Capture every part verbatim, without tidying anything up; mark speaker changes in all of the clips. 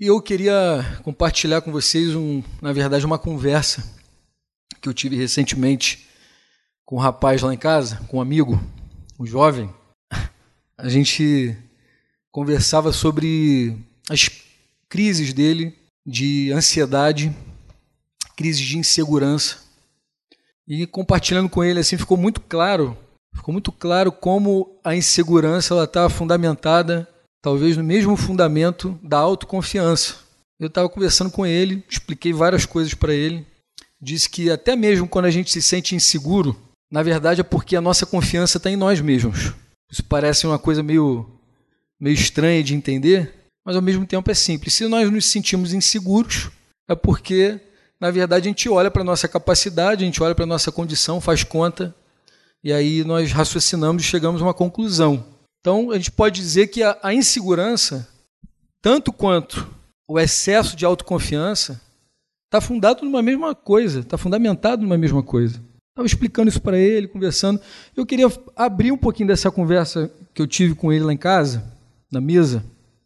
Speaker 1: E eu queria compartilhar com vocês, um, na verdade, uma conversa que eu tive recentemente com um rapaz lá em casa, com um amigo, um jovem. A gente conversava sobre as crises dele de ansiedade, crises de insegurança. E compartilhando com ele, assim, ficou muito claro, ficou muito claro como a insegurança ela está fundamentada, talvez no mesmo fundamento da autoconfiança. Eu estava conversando com ele, expliquei várias coisas para ele, disse que até mesmo quando a gente se sente inseguro, na verdade é porque a nossa confiança está em nós mesmos. Isso parece uma coisa meio, meio estranha de entender, mas ao mesmo tempo é simples. Se nós nos sentimos inseguros, é porque, na verdade, a gente olha para a nossa capacidade, a gente olha para a nossa condição, faz conta, e aí nós raciocinamos e chegamos a uma conclusão. Então, a gente pode dizer que a, a insegurança, tanto quanto o excesso de autoconfiança, está fundado numa mesma coisa, está fundamentado numa mesma coisa. Estava explicando isso para ele, conversando. Eu queria abrir um pouquinho dessa conversa que eu tive com ele lá em casa, na mesa,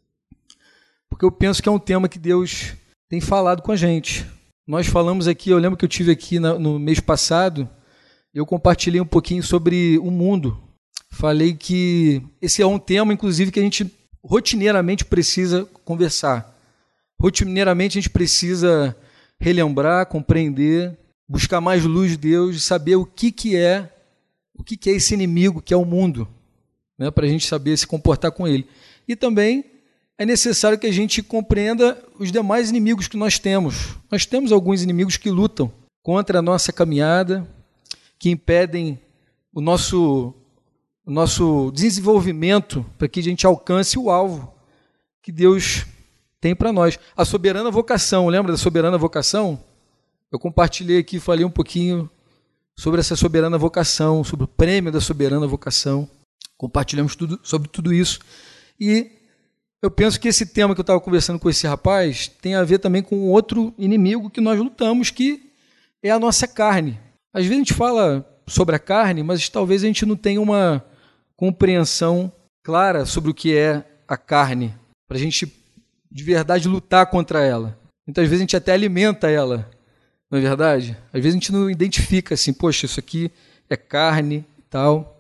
Speaker 1: porque eu penso que é um tema que Deus tem falado com a gente. Nós falamos aqui, eu lembro que eu tive aqui na, no mês passado, eu compartilhei um pouquinho sobre o mundo. Falei que esse é um tema, inclusive, que a gente rotineiramente precisa conversar. Rotineiramente a gente precisa relembrar, compreender, buscar mais luz de Deus, saber o que, que é o que, que é esse inimigo que é o mundo, né, para a gente saber se comportar com ele. E também é necessário que a gente compreenda os demais inimigos que nós temos. Nós temos alguns inimigos que lutam contra a nossa caminhada, que impedem o nosso, o nosso desenvolvimento para que a gente alcance o alvo que Deus tem para nós. A soberana vocação, lembra da soberana vocação? Eu compartilhei aqui, falei um pouquinho sobre essa soberana vocação, sobre o prêmio da soberana vocação. Compartilhamos tudo, sobre tudo isso. E eu penso que esse tema que eu estava conversando com esse rapaz tem a ver também com outro inimigo que nós lutamos, que é a nossa carne. Às vezes a gente fala sobre a carne, mas talvez a gente não tenha uma compreensão clara sobre o que é a carne, para a gente de verdade lutar contra ela. Muitas vezes a gente até alimenta ela, não é verdade? Às vezes a gente não identifica assim, poxa, isso aqui é carne e tal.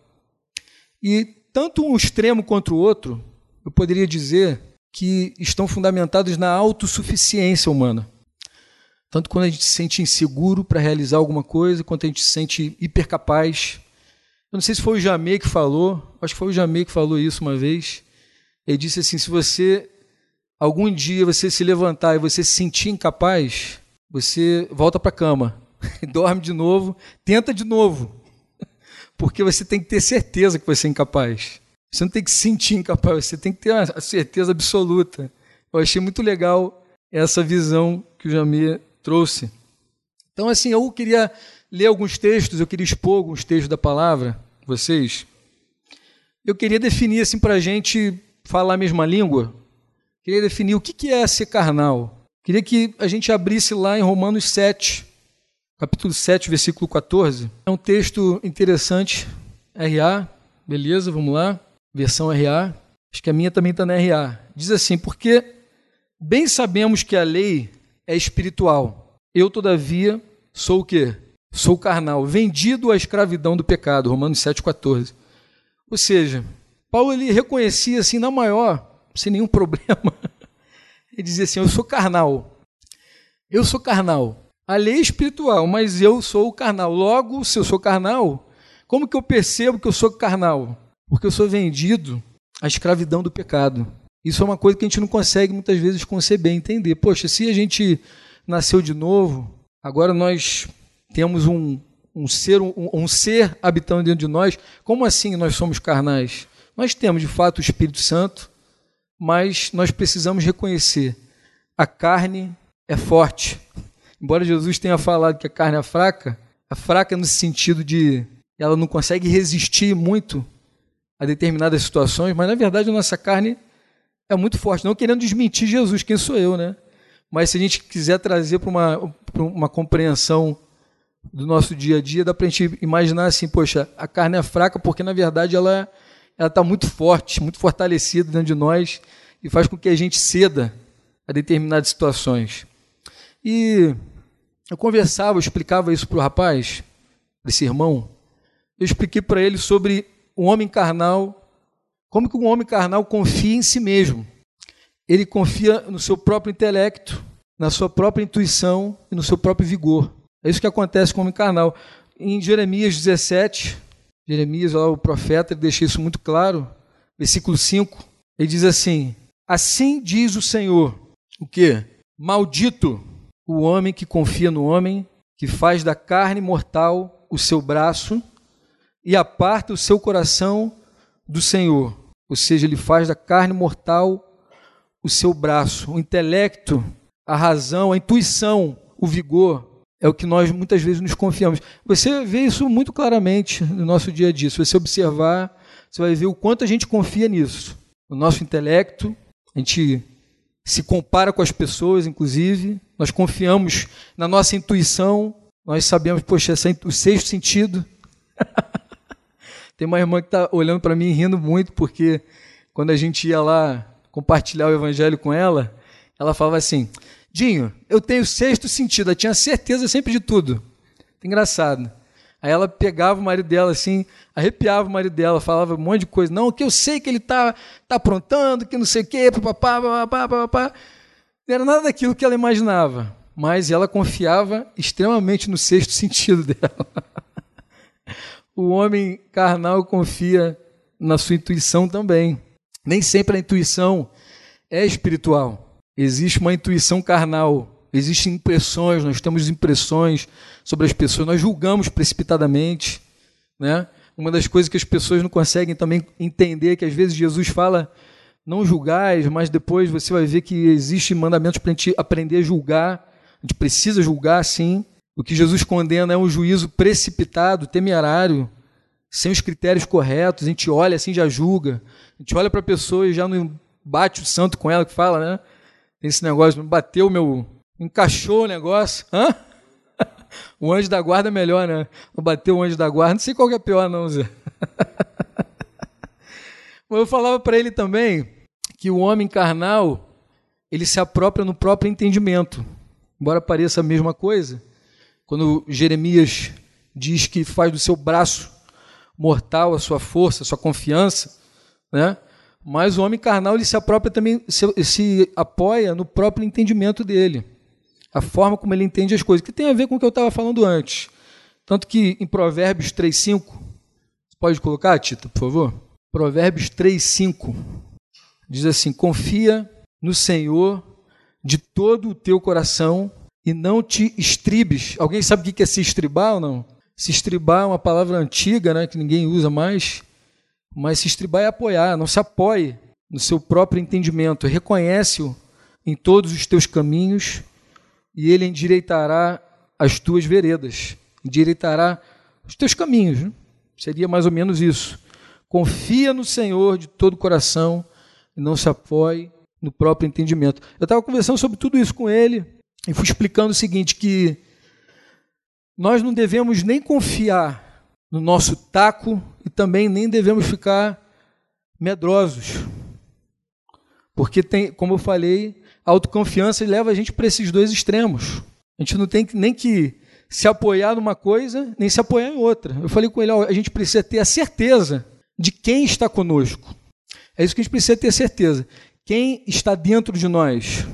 Speaker 1: E tanto um extremo quanto o outro, eu poderia dizer que estão fundamentados na autossuficiência humana. Tanto quando a gente se sente inseguro para realizar alguma coisa, quanto a gente se sente hipercapaz. Eu não sei se foi o Jamê que falou, acho que foi o Jamê que falou isso uma vez. Ele disse assim, se você, algum dia você se levantar e você se sentir incapaz, você volta para a cama, dorme de novo, tenta de novo, porque você tem que ter certeza que você é incapaz. Você não tem que se sentir incapaz, você tem que ter a certeza absoluta. Eu achei muito legal essa visão que o Jamê trouxe. Então, assim, eu queria ler alguns textos, eu queria expor alguns textos da palavra com vocês. Eu queria definir, assim, para a gente falar a mesma língua, queria definir o que é ser carnal. Queria que a gente abrisse lá em Romanos sete, capítulo sete, versículo quatorze. É um texto interessante, R A, beleza, vamos lá. Versão R A, acho que a minha também está na R A. Diz assim, porque bem sabemos que a lei é espiritual. Eu, todavia, sou o quê? Sou carnal, vendido à escravidão do pecado. Romanos sete, quatorze. Ou seja, Paulo ele reconhecia assim, na maior, sem nenhum problema, ele dizia assim, eu sou carnal. Eu sou carnal. A lei é espiritual, mas eu sou carnal. Logo, se eu sou carnal, como que eu percebo que eu sou carnal? Porque eu sou vendido à escravidão do pecado. Isso é uma coisa que a gente não consegue muitas vezes conceber, entender. Poxa, se a gente nasceu de novo, agora nós temos um, um, ser, um, um ser habitando dentro de nós, como assim nós somos carnais? Nós temos, de fato, o Espírito Santo, mas nós precisamos reconhecer, a carne é forte. Embora Jesus tenha falado que a carne é fraca, é fraca no sentido de ela não consegue resistir muito a determinadas situações, mas na verdade a nossa carne é muito forte, não querendo desmentir Jesus, quem sou eu, né? Mas se a gente quiser trazer para uma, para uma compreensão do nosso dia a dia, dá para a gente imaginar assim, poxa, a carne é fraca porque na verdade ela ela está muito forte, muito fortalecida dentro de nós e faz com que a gente ceda a determinadas situações. E eu conversava, eu explicava isso para o rapaz, para esse irmão. Eu expliquei para ele sobre o homem carnal, como que um homem carnal confia em si mesmo. Ele confia no seu próprio intelecto, na sua própria intuição e no seu próprio vigor. É isso que acontece com o homem carnal. Em Jeremias dezessete, Jeremias, lá, o profeta, ele deixa isso muito claro, versículo cinco, ele diz assim: assim diz o Senhor, o quê? Maldito o homem que confia no homem, que faz da carne mortal o seu braço e aparta o seu coração do Senhor. Ou seja, ele faz da carne mortal o seu braço. O intelecto, a razão, a intuição, o vigor, é o que nós muitas vezes nos confiamos. Você vê isso muito claramente no nosso dia a dia. Se você observar, você vai ver o quanto a gente confia nisso. No nosso intelecto, a gente se compara com as pessoas, inclusive. Nós confiamos na nossa intuição. Nós sabemos, poxa, o sexto sentido. Tem uma irmã que está olhando para mim rindo muito, porque quando a gente ia lá compartilhar o evangelho com ela, ela falava assim: Dinho, eu tenho sexto sentido, eu tinha certeza sempre de tudo. Engraçado. Aí ela pegava o marido dela assim, arrepiava o marido dela, falava um monte de coisa. Não, que eu sei que ele está tá aprontando, que não sei o quê, papapá, papapá, papapá. Não era nada daquilo que ela imaginava, mas ela confiava extremamente no sexto sentido dela. O homem carnal confia na sua intuição também. Nem sempre a intuição é espiritual. Existe uma intuição carnal, existem impressões, nós temos impressões sobre as pessoas, nós julgamos precipitadamente, né? Uma das coisas que as pessoas não conseguem também entender, que às vezes Jesus fala, não julgais, mas depois você vai ver que existem mandamentos para a gente aprender a julgar, a gente precisa julgar, sim. O que Jesus condena é um juízo precipitado, temerário, sem os critérios corretos, a gente olha assim, já julga, a gente olha para a pessoa e já não bate o santo com ela, que fala, né? Tem esse negócio, bateu o meu... encaixou o negócio. Hã? O anjo da guarda é melhor, né? Não bateu o anjo da guarda, não sei qual que é pior não, Zé. Mas eu falava para ele também que o homem carnal, ele se apropria no próprio entendimento. Embora pareça a mesma coisa, quando Jeremias diz que faz do seu braço mortal a sua força, a sua confiança, né? Mas o homem carnal, ele se apropria também, se, se apoia no próprio entendimento dele, a forma como ele entende as coisas, que tem a ver com o que eu estava falando antes. Tanto que em Provérbios três, cinco, pode colocar, Tita, por favor? Provérbios três, cinco, diz assim: confia no Senhor de todo o teu coração e não te estribes. Alguém sabe o que é se estribar ou não? Se estribar é uma palavra antiga, né, que ninguém usa mais. Mas se estribar é apoiar, não se apoie no seu próprio entendimento. Reconhece-o em todos os teus caminhos e ele endireitará as tuas veredas, endireitará os teus caminhos. Né? Seria mais ou menos isso. Confia no Senhor de todo o coração e não se apoie no próprio entendimento. Eu estava conversando sobre tudo isso com ele e fui explicando o seguinte, que nós não devemos nem confiar no nosso taco e também nem devemos ficar medrosos. Porque, tem, como eu falei, a autoconfiança leva a gente para esses dois extremos. A gente não tem nem que se apoiar numa coisa, nem se apoiar em outra. Eu falei com ele, ó, a gente precisa ter a certeza de quem está conosco. É isso que a gente precisa ter certeza. Quem está dentro de nós?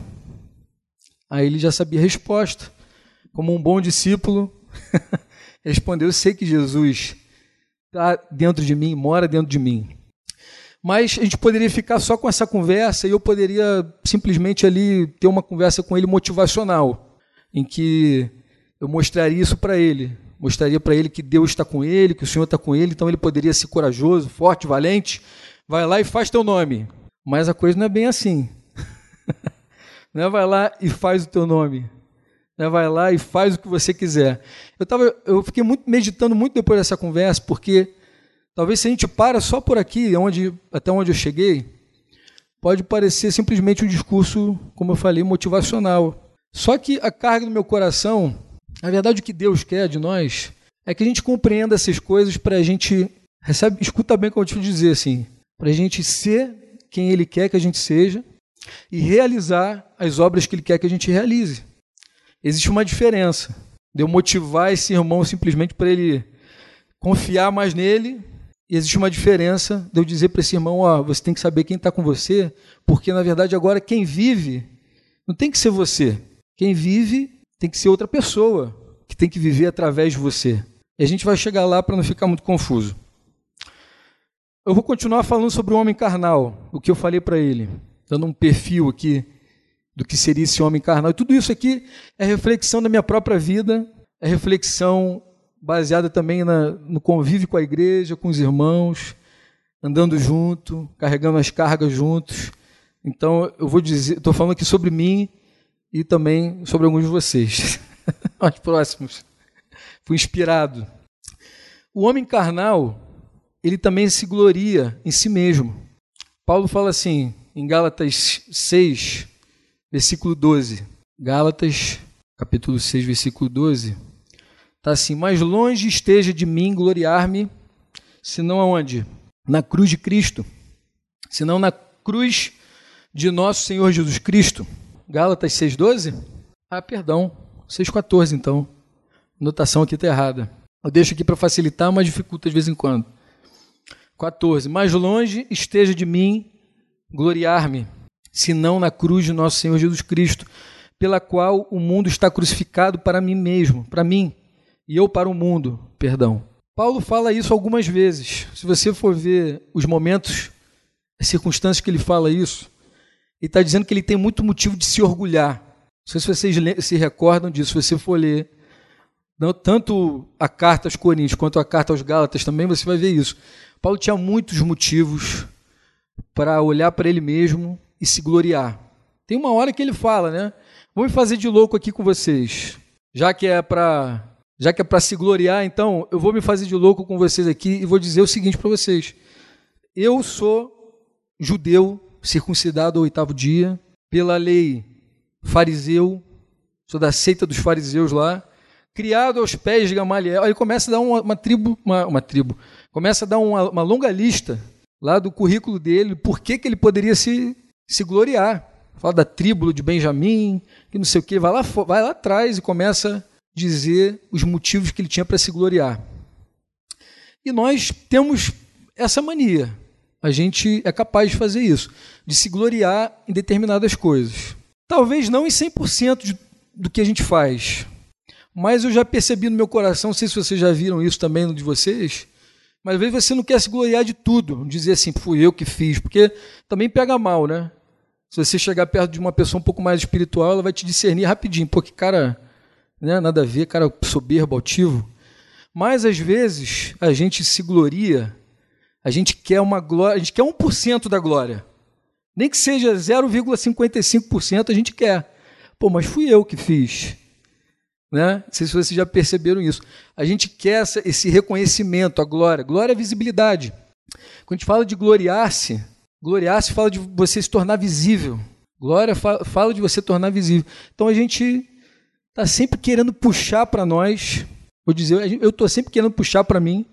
Speaker 1: Aí ele já sabia a resposta. Como um bom discípulo, respondeu, eu sei que Jesus está dentro de mim, mora dentro de mim. Mas a gente poderia ficar só com essa conversa e eu poderia simplesmente ali ter uma conversa com ele motivacional, em que eu mostraria isso para ele, mostraria para ele que Deus está com ele, que o Senhor está com ele, então ele poderia ser corajoso, forte, valente, vai lá e faz teu nome. Mas a coisa não é bem assim. Não é vai lá e faz o teu nome. Não é vai lá e faz o que você quiser. Eu, tava, eu fiquei muito, meditando muito depois dessa conversa, porque talvez se a gente para só por aqui, onde, até onde eu cheguei, pode parecer simplesmente um discurso, como eu falei, motivacional. Só que a carga do meu coração, na verdade o que Deus quer de nós, é que a gente compreenda essas coisas para a gente, recebe, escuta bem o que eu te dizer, assim, para a gente ser quem Ele quer que a gente seja, e realizar as obras que Ele quer que a gente realize. Existe uma diferença de eu motivar esse irmão simplesmente para ele confiar mais nele, e existe uma diferença de eu dizer para esse irmão, ó, você tem que saber quem está com você, porque, na verdade, agora quem vive não tem que ser você. Quem vive tem que ser outra pessoa, que tem que viver através de você. E a gente vai chegar lá para não ficar muito confuso. Eu vou continuar falando sobre o homem carnal, o que eu falei para ele, dando um perfil aqui do que seria esse homem carnal. E tudo isso aqui é reflexão da minha própria vida, é reflexão baseada também na, no convívio com a igreja, com os irmãos, andando junto, carregando as cargas juntos. Então, eu vou dizer, estou falando aqui sobre mim e também sobre alguns de vocês. Os próximos. Fui inspirado. O homem carnal, ele também se gloria em si mesmo. Paulo fala assim, em Gálatas seis, versículo doze. Gálatas, capítulo seis, versículo doze. Está assim, mas longe esteja de mim gloriar-me, senão aonde? Na cruz de Cristo. Senão na cruz de nosso Senhor Jesus Cristo. Gálatas seis, doze? Ah, perdão, seis, quatorze então. A notação aqui está errada. Eu deixo aqui para facilitar, mas dificulta de vez em quando. quatorze. Mas longe esteja de mim gloriar-me, senão na cruz de nosso Senhor Jesus Cristo, pela qual o mundo está crucificado para mim mesmo, para mim, e eu para o mundo, perdão. Paulo fala isso algumas vezes. Se você for ver os momentos, as circunstâncias que ele fala isso, ele está dizendo que ele tem muito motivo de se orgulhar. Não sei se vocês se recordam disso, se você for ler tanto a carta aos Coríntios quanto a carta aos Gálatas também, você vai ver isso. Paulo tinha muitos motivos para olhar para ele mesmo e se gloriar. Tem uma hora que ele fala, né? Vou me fazer de louco aqui com vocês. Já que é para já que é para se gloriar, então eu vou me fazer de louco com vocês aqui e vou dizer o seguinte para vocês. Eu sou judeu, circuncidado ao oitavo dia, pela lei fariseu, sou da seita dos fariseus lá, criado aos pés de Gamaliel. Aí ele começa a dar uma, uma tribo, uma, uma tribo, começa a dar uma, uma longa lista lá do currículo dele, por que que ele poderia se, se gloriar. Fala da tribo de Benjamim, que não sei o quê, vai lá, vai lá atrás e começa a dizer os motivos que ele tinha para se gloriar. E nós temos essa mania, a gente é capaz de fazer isso, de se gloriar em determinadas coisas. Talvez não em cem por cento de, do que a gente faz, mas eu já percebi no meu coração, não sei se vocês já viram isso também no de vocês, mas às vezes você não quer se gloriar de tudo, dizer assim, fui eu que fiz, porque também pega mal, né? Se você chegar perto de uma pessoa um pouco mais espiritual, ela vai te discernir rapidinho, pô, que cara, né, nada a ver, cara soberbo, altivo. Mas às vezes a gente se gloria, a gente quer uma glória, a gente quer um por cento da glória. Nem que seja zero vírgula cinquenta e cinco por cento a gente quer. Pô, mas fui eu que fiz. Né? Não sei se vocês já perceberam isso. A gente quer essa, esse reconhecimento, a glória. Glória é visibilidade. Quando a gente fala de gloriar-se, gloriar-se fala de você se tornar visível. Glória fala, fala de você tornar visível. Então a gente está sempre querendo puxar para nós, vou dizer, eu estou sempre querendo puxar para mim,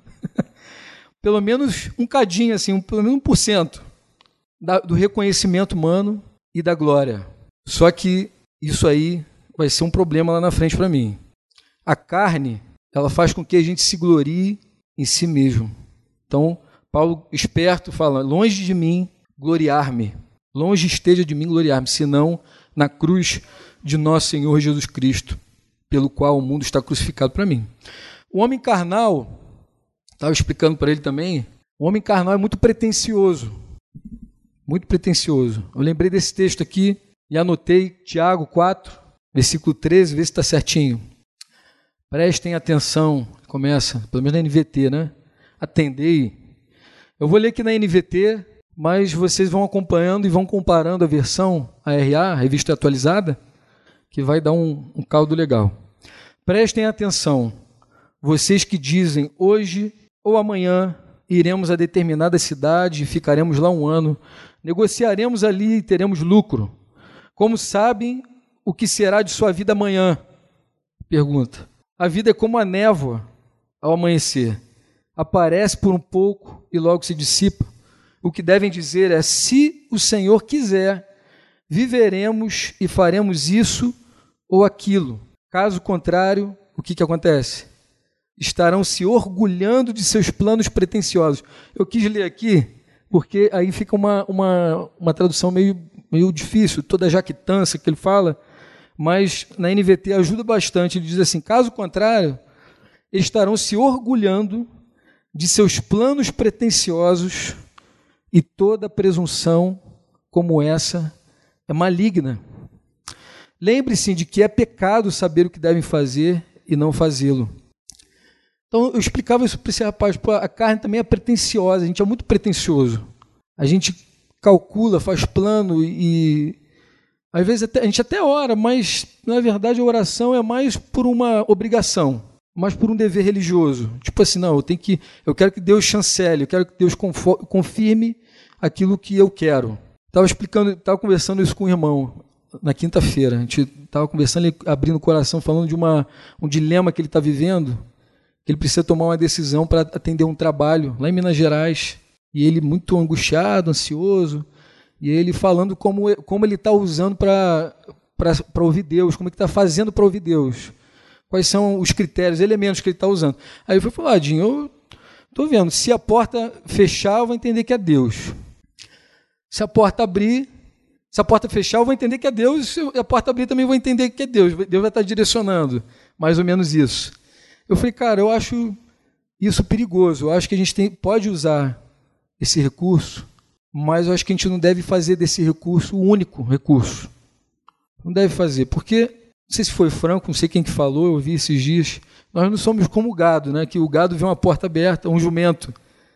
Speaker 1: pelo menos um cadinho, assim, um, pelo menos um por cento da, do reconhecimento humano e da glória. Só que isso aí vai ser um problema lá na frente para mim. A carne, ela faz com que a gente se glorie em si mesmo. Então, Paulo, esperto, fala, longe de mim gloriar-me, longe esteja de mim gloriar-me, senão na cruz de nosso Senhor Jesus Cristo, pelo qual o mundo está crucificado para mim. O homem carnal, estava explicando para ele também, o homem carnal é muito pretensioso, muito pretensioso. Eu lembrei desse texto aqui e anotei Tiago quatro, versículo treze, vê se está certinho. Prestem atenção, começa, pelo menos na N V T, né? Atendei. Eu vou ler aqui na N V T, mas vocês vão acompanhando e vão comparando a versão A R A, a revista atualizada, que vai dar um, um caldo legal. Prestem atenção, vocês que dizem, hoje ou amanhã iremos a determinada cidade e ficaremos lá um ano, negociaremos ali e teremos lucro. Como sabem o que será de sua vida amanhã? Pergunta. A vida é como a névoa ao amanhecer. Aparece por um pouco e logo se dissipa. O que devem dizer é, se o Senhor quiser, viveremos e faremos isso ou aquilo. Caso contrário, o que, que acontece? Estarão se orgulhando de seus planos pretensiosos. Eu quis ler aqui, porque aí fica uma, uma, uma tradução meio, meio difícil, toda a jactância que ele fala, mas na N V T ajuda bastante. Ele diz assim, caso contrário, estarão se orgulhando de seus planos pretensiosos e toda presunção como essa é maligna. Lembre-se de que é pecado saber o que devem fazer e não fazê-lo. Então, eu explicava isso para esse rapaz, pô, a carne também é pretensiosa, a gente é muito pretensioso. A gente calcula, faz plano e, às vezes, até, a gente até ora, mas, na verdade, a oração é mais por uma obrigação, mais por um dever religioso. Tipo assim, não, eu, tenho que, eu quero que Deus chancele, eu quero que Deus confirme aquilo que eu quero. Estava explicando, estava conversando isso com o irmão na quinta-feira. A gente estava conversando, ele abrindo o coração, falando de uma, um dilema que ele está vivendo, que ele precisa tomar uma decisão para atender um trabalho lá em Minas Gerais. E ele muito angustiado, ansioso, e ele falando como, como ele está usando para ouvir Deus, como ele está fazendo para ouvir Deus. Quais são os critérios, elementos que ele está usando. Aí eu fui falar, Dinho, eu estou vendo, se a porta fechar, eu vou entender que é Deus. Se a porta abrir, se a porta fechar, eu vou entender que é Deus, e se a porta abrir, também vou entender que é Deus. Deus vai estar direcionando, mais ou menos isso. Eu falei, cara, eu acho isso perigoso, eu acho que a gente tem, pode usar esse recurso, mas eu acho que a gente não deve fazer desse recurso o único recurso. Não deve fazer, porque, não sei se foi Franco, não sei quem que falou, eu vi esses dias, nós não somos como o gado, né? Que o gado vê uma porta aberta, um jumento.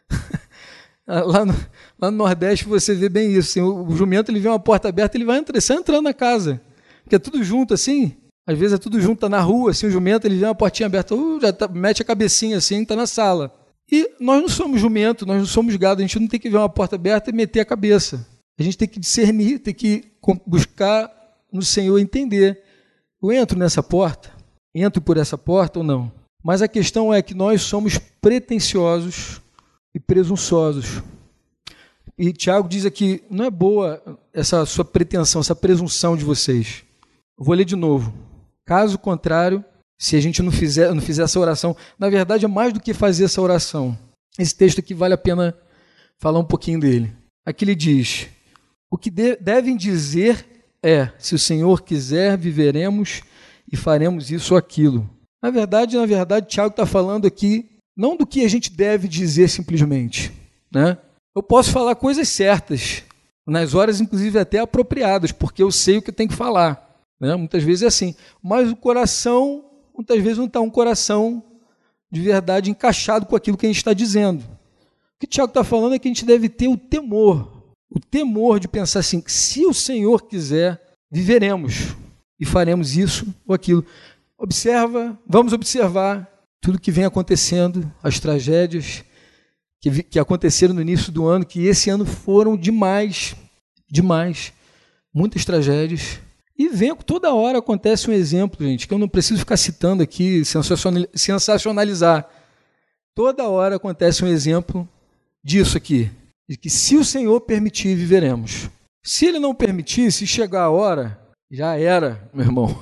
Speaker 1: Lá no, lá no Nordeste você vê bem isso, assim, o, o jumento ele vê uma porta aberta, ele vai entrar, sai entrando na casa, porque é tudo junto assim, às vezes é tudo junto, tá na rua, assim, o jumento ele vê uma portinha aberta, uh, já tá, mete a cabecinha assim, está na sala. E nós não somos jumento, nós não somos gado, a gente não tem que ver uma porta aberta e meter a cabeça. A gente tem que discernir, tem que buscar no Senhor entender. Eu entro nessa porta, entro por essa porta ou não? Mas a questão é que nós somos pretensiosos e presunçosos. E Tiago diz aqui, não é boa essa sua pretensão, essa presunção de vocês. Eu vou ler de novo. Caso contrário, se a gente não fizer, não fizer essa oração, na verdade é mais do que fazer essa oração. Esse texto aqui vale a pena falar um pouquinho dele. Aqui ele diz, o que de, devem dizer é, se o Senhor quiser, viveremos e faremos isso ou aquilo. Na verdade, na verdade, Tiago está falando aqui não do que a gente deve dizer simplesmente, né? Eu posso falar coisas certas, nas horas inclusive até apropriadas, porque eu sei o que eu tenho que falar, né? Muitas vezes é assim, mas o coração, muitas vezes não está um coração de verdade encaixado com aquilo que a gente está dizendo. O que o Tiago está falando é que a gente deve ter o temor, o temor de pensar assim, se o Senhor quiser, viveremos e faremos isso ou aquilo. Observa, vamos observar tudo que vem acontecendo, as tragédias que, que aconteceram no início do ano, que esse ano foram demais, demais, muitas tragédias. E vem, toda hora acontece um exemplo, gente, que eu não preciso ficar citando aqui, sensacionalizar. Toda hora acontece um exemplo disso aqui, de que se o Senhor permitir, viveremos. Se Ele não permitir, se chegar a hora, já era, meu irmão.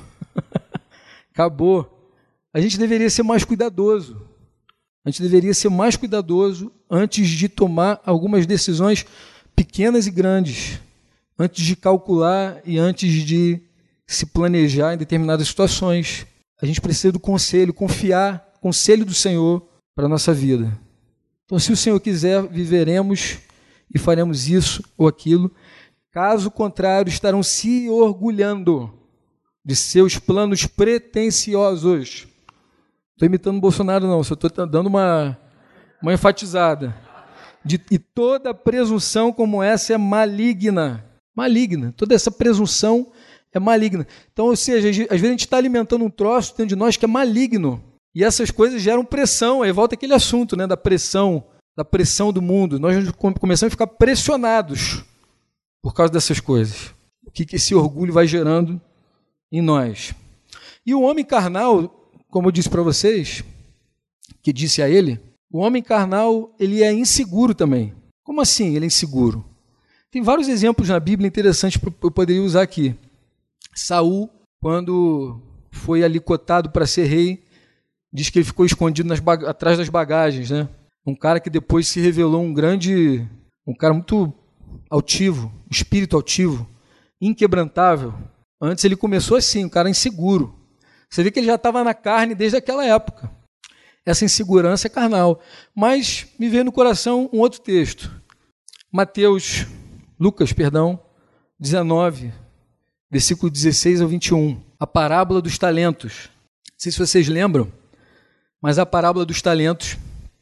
Speaker 1: Acabou. A gente deveria ser mais cuidadoso. A gente deveria ser mais cuidadoso antes de tomar algumas decisões pequenas e grandes, antes de calcular e antes de se planejar em determinadas situações. A gente precisa do conselho, confiar, conselho do Senhor para a nossa vida. Então, se o Senhor quiser, viveremos e faremos isso ou aquilo. Caso contrário, estarão se orgulhando de seus planos pretensiosos. Estou imitando o Bolsonaro, não, só estou dando uma, uma enfatizada. De, e toda presunção como essa é maligna. Maligna. Toda essa presunção é maligna. Então, ou seja, às vezes a gente está alimentando um troço dentro de nós que é maligno. E essas coisas geram pressão. Aí volta aquele assunto, né, da pressão, da pressão do mundo. Nós começamos a ficar pressionados por causa dessas coisas. O que, que esse orgulho vai gerando em nós. E o homem carnal, como eu disse para vocês, que disse a ele, o homem carnal, ele é inseguro também. Como assim ele é inseguro? Tem vários exemplos na Bíblia interessantes que eu poderia usar aqui. Saul, quando foi ali cotado para ser rei, diz que ele ficou escondido nas bag... atrás das bagagens, né? Um cara que depois se revelou um grande, um cara muito altivo, espírito altivo, inquebrantável. Antes ele começou assim, um cara inseguro. Você vê que ele já estava na carne desde aquela época. Essa insegurança é carnal. Mas me veio no coração um outro texto. Mateus, Lucas, perdão, dezenove, versículo dezesseis ao vinte e um. A parábola dos talentos. Não sei se vocês lembram, mas a parábola dos talentos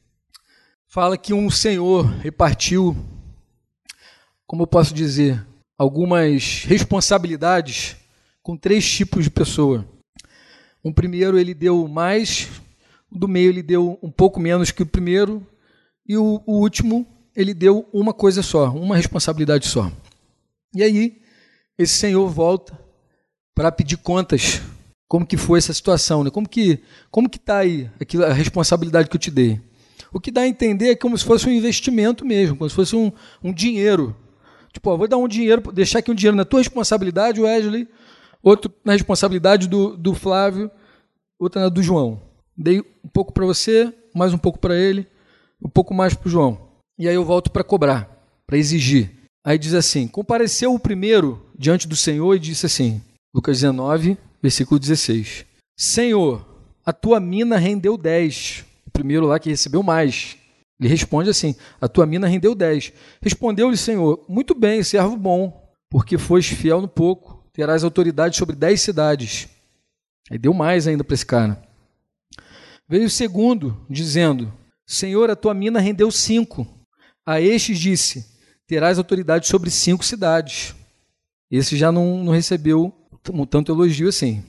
Speaker 1: fala que um senhor repartiu, como eu posso dizer, algumas responsabilidades com três tipos de pessoa. Um primeiro ele deu mais, o do meio ele deu um pouco menos que o primeiro, e o, o último ele deu uma coisa só, uma responsabilidade só. E aí, esse senhor volta para pedir contas, como que foi essa situação, né? Como que como que está aí aquilo, a responsabilidade que eu te dei? O que dá a entender é como se fosse um investimento mesmo, como se fosse um, um dinheiro. Tipo, ó, vou dar um dinheiro, deixar aqui um dinheiro na tua responsabilidade, Wesley, outro na responsabilidade do, do Flávio, outra na do João. Dei um pouco para você, mais um pouco para ele, um pouco mais para o João. E aí eu volto para cobrar, para exigir. Aí diz assim, compareceu o primeiro diante do Senhor e disse assim, Lucas dezenove, versículo dezesseis. Senhor, a tua mina rendeu dez. O primeiro lá que recebeu mais. Ele responde assim, a tua mina rendeu dez. Respondeu-lhe, Senhor, muito bem, servo bom, porque foste fiel no pouco, terás autoridade sobre dez cidades. Aí deu mais ainda para esse cara. Veio o segundo, dizendo, Senhor, a tua mina rendeu cinco. A estes disse, terás autoridade sobre cinco cidades. Esse já não, não recebeu um tanto elogio assim.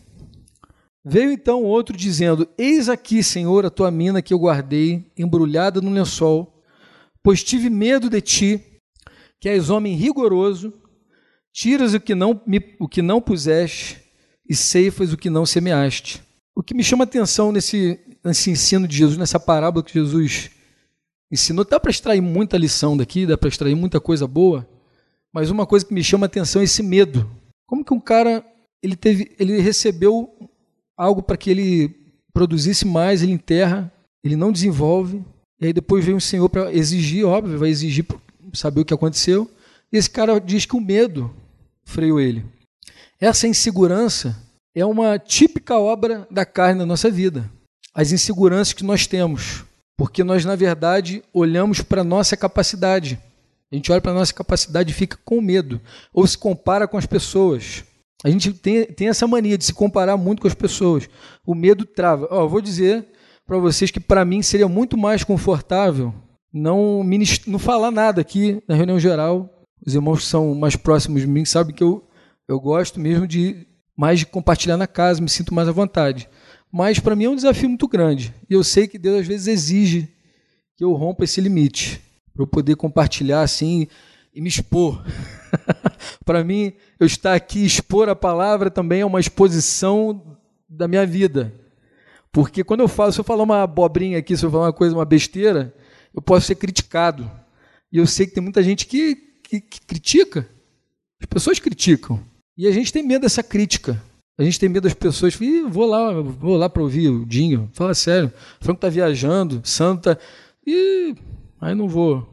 Speaker 1: Veio então outro dizendo, eis aqui, Senhor, a tua mina que eu guardei, embrulhada num lençol, pois tive medo de ti, que és homem rigoroso, tiras o que não, me, o que não puseste e ceifas o que não semeaste. O que me chama a atenção nesse, nesse ensino de Jesus, nessa parábola que Jesus ensinou, dá para extrair muita lição daqui, dá para extrair muita coisa boa, mas uma coisa que me chama a atenção é esse medo. Como que um cara, ele, teve, ele recebeu algo para que ele produzisse mais, ele enterra, ele não desenvolve, e aí depois vem o Senhor para exigir, óbvio, vai exigir para saber o que aconteceu, e esse cara diz que o medo freou ele. Essa insegurança é uma típica obra da carne na nossa vida. As inseguranças que nós temos, porque nós, na verdade, olhamos para a nossa capacidade. A gente olha para a nossa capacidade e fica com medo, ou se compara com as pessoas. A gente tem, tem essa mania de se comparar muito com as pessoas. O medo trava. Ó, eu vou dizer para vocês que, para mim, seria muito mais confortável não, ministr... não falar nada aqui na reunião geral. Os irmãos que são mais próximos de mim sabem que eu, eu gosto mesmo de mais de compartilhar na casa, me sinto mais à vontade. Mas, para mim, é um desafio muito grande. E eu sei que Deus, às vezes, exige que eu rompa esse limite, para eu poder compartilhar assim e me expor. Para mim, eu estar aqui e expor a palavra também é uma exposição da minha vida. Porque quando eu falo, se eu falar uma abobrinha aqui, se eu falar uma coisa, uma besteira, eu posso ser criticado. E eu sei que tem muita gente que, que, que critica. As pessoas criticam. E a gente tem medo dessa crítica. A gente tem medo das pessoas. Ih, vou lá, vou lá para ouvir o Dinho. Fala sério. O Franco está viajando, Santa. Ih, aí não vou.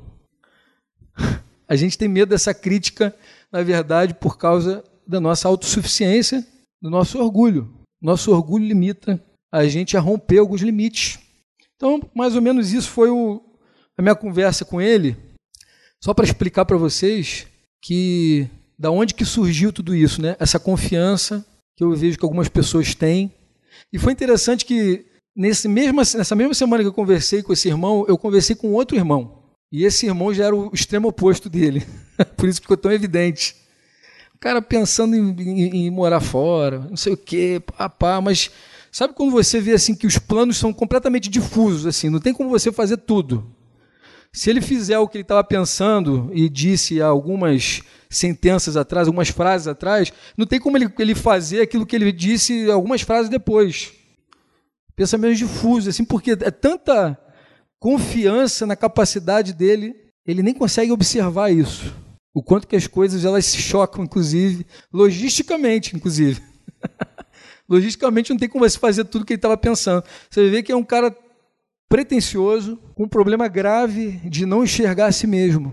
Speaker 1: A gente tem medo dessa crítica, na verdade, por causa da nossa autossuficiência, do nosso orgulho. Nosso orgulho limita a gente a romper alguns limites. Então, mais ou menos isso foi o, a minha conversa com ele, só para explicar para vocês que da onde que surgiu tudo isso, né? Essa confiança que eu vejo que algumas pessoas têm. E foi interessante que nesse mesma, nessa mesma semana que eu conversei com esse irmão, eu conversei com outro irmão. E esse irmão já era o extremo oposto dele. Por isso que ficou tão evidente. O cara pensando em, em, em morar fora, não sei o quê, pá, pá, mas sabe quando você vê assim que os planos são completamente difusos, assim, não tem como você fazer tudo. Se ele fizer o que ele estava pensando e disse há algumas sentenças atrás, algumas frases atrás, não tem como ele, ele fazer aquilo que ele disse algumas frases depois. Pensamentos difusos, assim, porque é tanta confiança na capacidade dele, ele nem consegue observar isso. O quanto que as coisas elas se chocam, inclusive, logisticamente, inclusive. Logisticamente não tem como você fazer tudo o que ele estava pensando. Você vê que é um cara pretensioso, com um problema grave de não enxergar a si mesmo.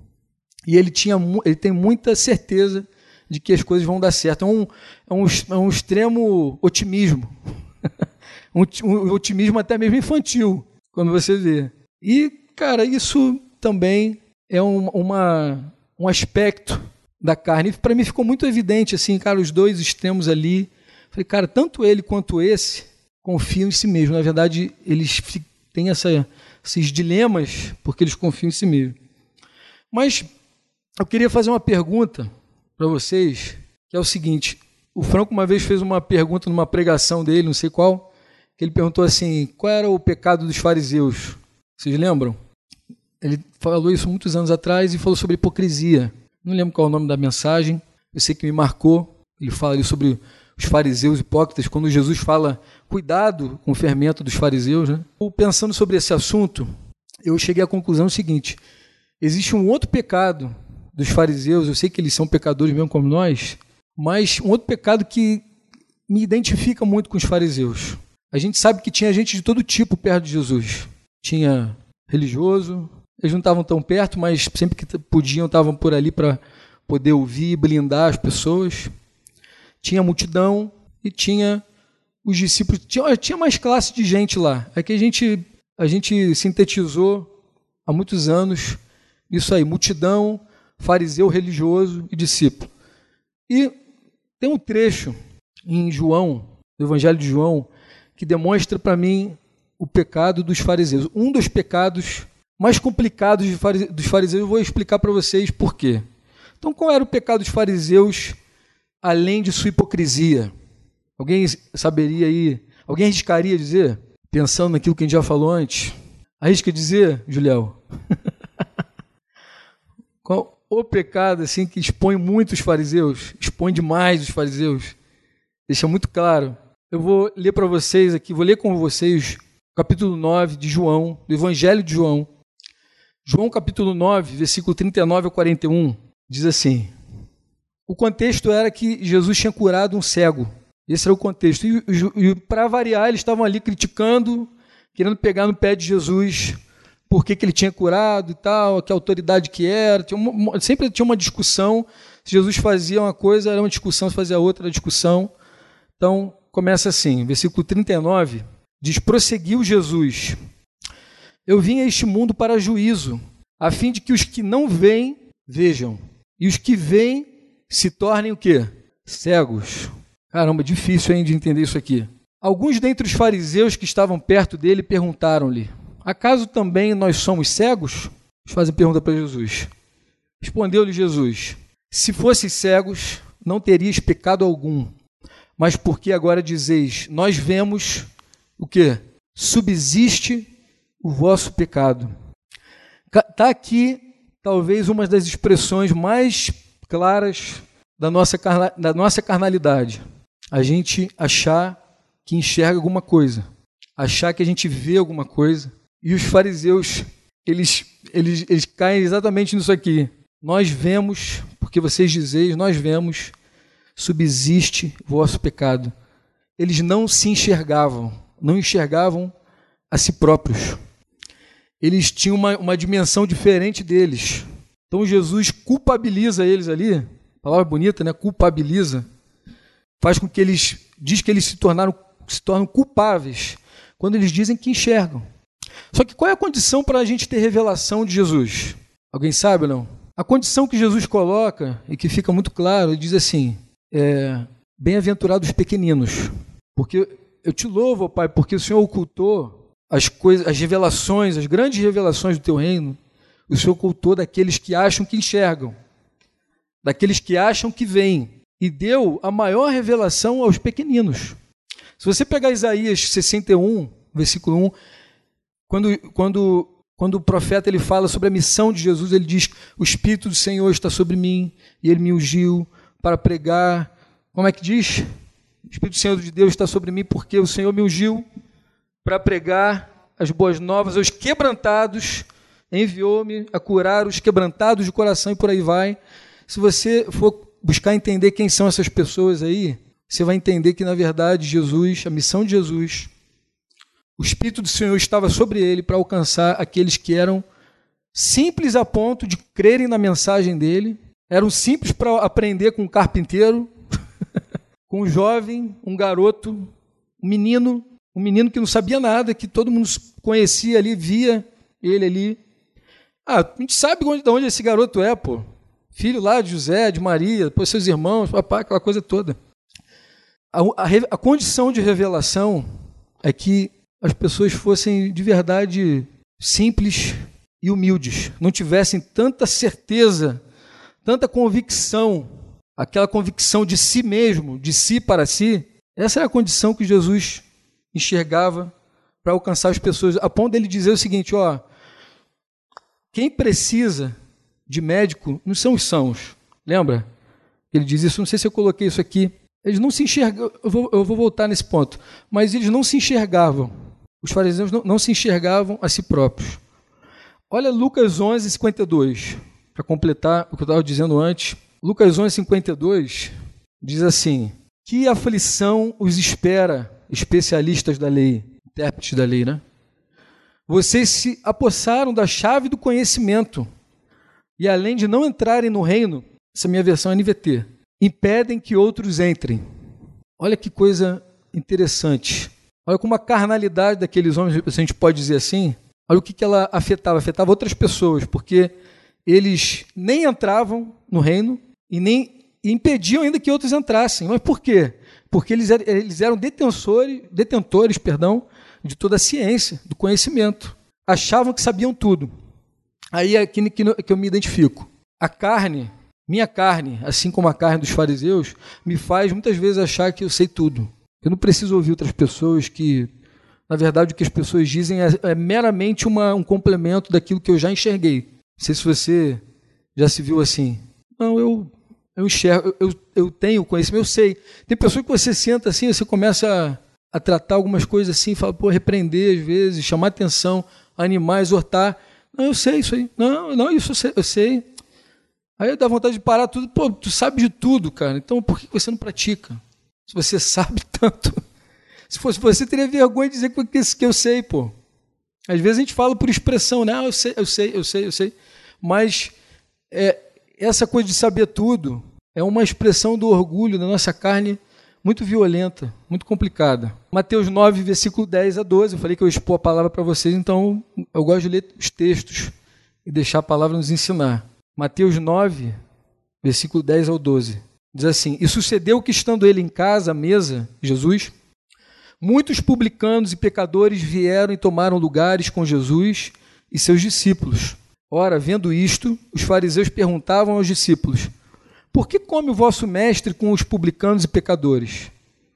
Speaker 1: E ele, tinha, ele tem muita certeza de que as coisas vão dar certo. É um, é um, é um extremo otimismo. um, um otimismo até mesmo infantil, quando você vê. E, cara, isso também é um, uma, um aspecto da carne. Para mim ficou muito evidente, assim, cara, os dois extremos ali. Falei, cara, tanto ele quanto esse confiam em si mesmo. Na verdade, eles têm essa, esses dilemas porque eles confiam em si mesmo. Mas eu queria fazer uma pergunta para vocês, que é o seguinte. O Franco uma vez fez uma pergunta numa pregação dele, não sei qual, que ele perguntou assim, qual era o pecado dos fariseus? Vocês lembram? Ele falou isso muitos anos atrás e falou sobre hipocrisia. Não lembro qual é o nome da mensagem, eu sei que me marcou. Ele fala ali sobre os fariseus hipócritas, quando Jesus fala, cuidado com o fermento dos fariseus, né? Pensando sobre esse assunto, eu cheguei à conclusão seguinte, existe um outro pecado dos fariseus, eu sei que eles são pecadores mesmo como nós, mas um outro pecado que me identifica muito com os fariseus. A gente sabe que tinha gente de todo tipo perto de Jesus. Tinha religioso, eles não estavam tão perto, mas sempre que podiam estavam por ali para poder ouvir e blindar as pessoas. Tinha multidão e tinha os discípulos. Tinha, tinha mais classe de gente lá. É que a gente, a gente sintetizou há muitos anos isso aí, multidão, fariseu religioso e discípulo. E tem um trecho em João, do Evangelho de João, que demonstra para mim o pecado dos fariseus. Um dos pecados mais complicados dos fariseus, eu vou explicar para vocês por quê. Então, qual era o pecado dos fariseus, além de sua hipocrisia? Alguém saberia aí? Alguém arriscaria dizer? Pensando naquilo que a gente já falou antes. Arrisca dizer, Juliel? Qual o pecado assim, que expõe muito os fariseus? Expõe demais os fariseus. Deixa muito claro. Eu vou ler para vocês aqui, vou ler com vocês o capítulo nove de João, do Evangelho de João. João capítulo nove, versículo trinta e nove ao quarenta e um, diz assim, o contexto era que Jesus tinha curado um cego. Esse era o contexto. E, e, e para variar, eles estavam ali criticando, querendo pegar no pé de Jesus, por que, que ele tinha curado e tal, que autoridade que era. Tinha uma, sempre tinha uma discussão. Se Jesus fazia uma coisa, era uma discussão, se fazia outra, era discussão. Então, começa assim, versículo trinta e nove, diz, prosseguiu Jesus, eu vim a este mundo para juízo, a fim de que os que não veem, vejam, e os que veem se tornem o quê? Cegos. Caramba, difícil hein, de entender isso aqui. Alguns dentre os fariseus que estavam perto dele perguntaram-lhe, acaso também nós somos cegos? Eles fazem pergunta para Jesus. Respondeu-lhe Jesus, se fosseis cegos, não terias pecado algum, mas porque agora dizeis, nós vemos o quê? Subsiste o vosso pecado. Está aqui, talvez, uma das expressões mais claras da nossa, carna, da nossa carnalidade. A gente achar que enxerga alguma coisa, achar que a gente vê alguma coisa. E os fariseus, eles, eles, eles caem exatamente nisso aqui. Nós vemos, porque vocês dizeis, nós vemos, subsiste o vosso pecado. Eles não se enxergavam, não enxergavam a si próprios. Eles tinham uma, uma dimensão diferente deles. Então Jesus culpabiliza eles ali, palavra bonita, né? Culpabiliza, faz com que eles, diz que eles se tornaram, se tornam culpáveis, quando eles dizem que enxergam. Só que qual é a condição para a gente ter revelação de Jesus? Alguém sabe ou não? A condição que Jesus coloca, e que fica muito claro, ele diz assim, é, bem-aventurados os pequeninos, porque eu te louvo, ó Pai, porque o Senhor ocultou as coisas, as revelações, as grandes revelações do teu reino, o Senhor ocultou daqueles que acham que enxergam, daqueles que acham que veem, e deu a maior revelação aos pequeninos. Se você pegar Isaías sessenta e um, versículo um, quando, quando, quando o profeta ele fala sobre a missão de Jesus, ele diz, o Espírito do Senhor está sobre mim, e ele me ungiu para pregar, como é que diz? O Espírito do Senhor de Deus está sobre mim, porque o Senhor me ungiu para pregar as boas novas aos quebrantados enviou-me a curar os quebrantados de coração e por aí vai. Se você for buscar entender quem são essas pessoas aí, você vai entender que, na verdade, Jesus, a missão de Jesus, o Espírito do Senhor estava sobre ele para alcançar aqueles que eram simples a ponto de crerem na mensagem dele, eram simples para aprender com um carpinteiro, com um jovem, um garoto, um menino, um menino que não sabia nada, que todo mundo conhecia ali, via ele ali. Ah, a gente sabe de onde esse garoto é, pô. Filho lá de José, de Maria, depois seus irmãos, papai, aquela coisa toda. A, a, a condição de revelação é que as pessoas fossem de verdade simples e humildes, não tivessem tanta certeza, tanta convicção, aquela convicção de si mesmo, de si para si. Essa era a condição que Jesus enxergava para alcançar as pessoas, a ponto dele dizer o seguinte, ó, quem precisa de médico não são os sãos, lembra? Ele diz isso, não sei se eu coloquei isso aqui, eles não se enxergavam, eu vou, eu vou voltar nesse ponto, mas eles não se enxergavam, os fariseus não, não se enxergavam a si próprios. Olha Lucas onze, cinquenta e dois, para completar o que eu estava dizendo antes. Lucas onze, cinquenta e dois diz assim, que aflição os espera, especialistas da lei, intérpretes da lei, né? Vocês se apossaram da chave do conhecimento e, além de não entrarem no reino, essa é a minha versão N V T, impedem que outros entrem. Olha que coisa interessante. Olha como a carnalidade daqueles homens, se a gente pode dizer assim, olha o que, que ela afetava. Afetava outras pessoas, porque eles nem entravam no reino e nem e impediam ainda que outros entrassem. Mas por quê? Porque eles, eles eram detentores, detentores perdão, de toda a ciência, do conhecimento. Achavam que sabiam tudo. Aí é aqui que eu me identifico. A carne, minha carne, assim como a carne dos fariseus, me faz muitas vezes achar que eu sei tudo. Eu não preciso ouvir outras pessoas que, na verdade, o que as pessoas dizem é, é meramente uma, um complemento daquilo que eu já enxerguei. Não sei se você já se viu assim. Não, eu, eu enxergo, eu, eu tenho conhecimento, eu sei. Tem pessoas que você senta assim, você começa a, a tratar algumas coisas assim, fala, pô, repreender às vezes, chamar atenção, animar, exortar. Não, eu sei isso aí. Não, não, isso eu sei. Eu sei. Aí dá vontade de parar tudo. Pô, tu sabe de tudo, cara. Então por que você não pratica? Se você sabe tanto. Se fosse você, teria vergonha de dizer que eu sei, pô. Às vezes a gente fala por expressão, né? Ah, eu sei, eu sei, eu sei, eu sei. Mas é, essa coisa de saber tudo é uma expressão do orgulho da nossa carne muito violenta, muito complicada. Mateus nove, versículo dez a doze. Eu falei que eu expor a palavra para vocês, então eu gosto de ler os textos e deixar a palavra nos ensinar. Mateus nove, versículo dez ao doze. Diz assim, e sucedeu que, estando ele em casa, à mesa, Jesus, muitos publicanos e pecadores vieram e tomaram lugares com Jesus e seus discípulos. Ora, vendo isto, os fariseus perguntavam aos discípulos, por que come o vosso mestre com os publicanos e pecadores?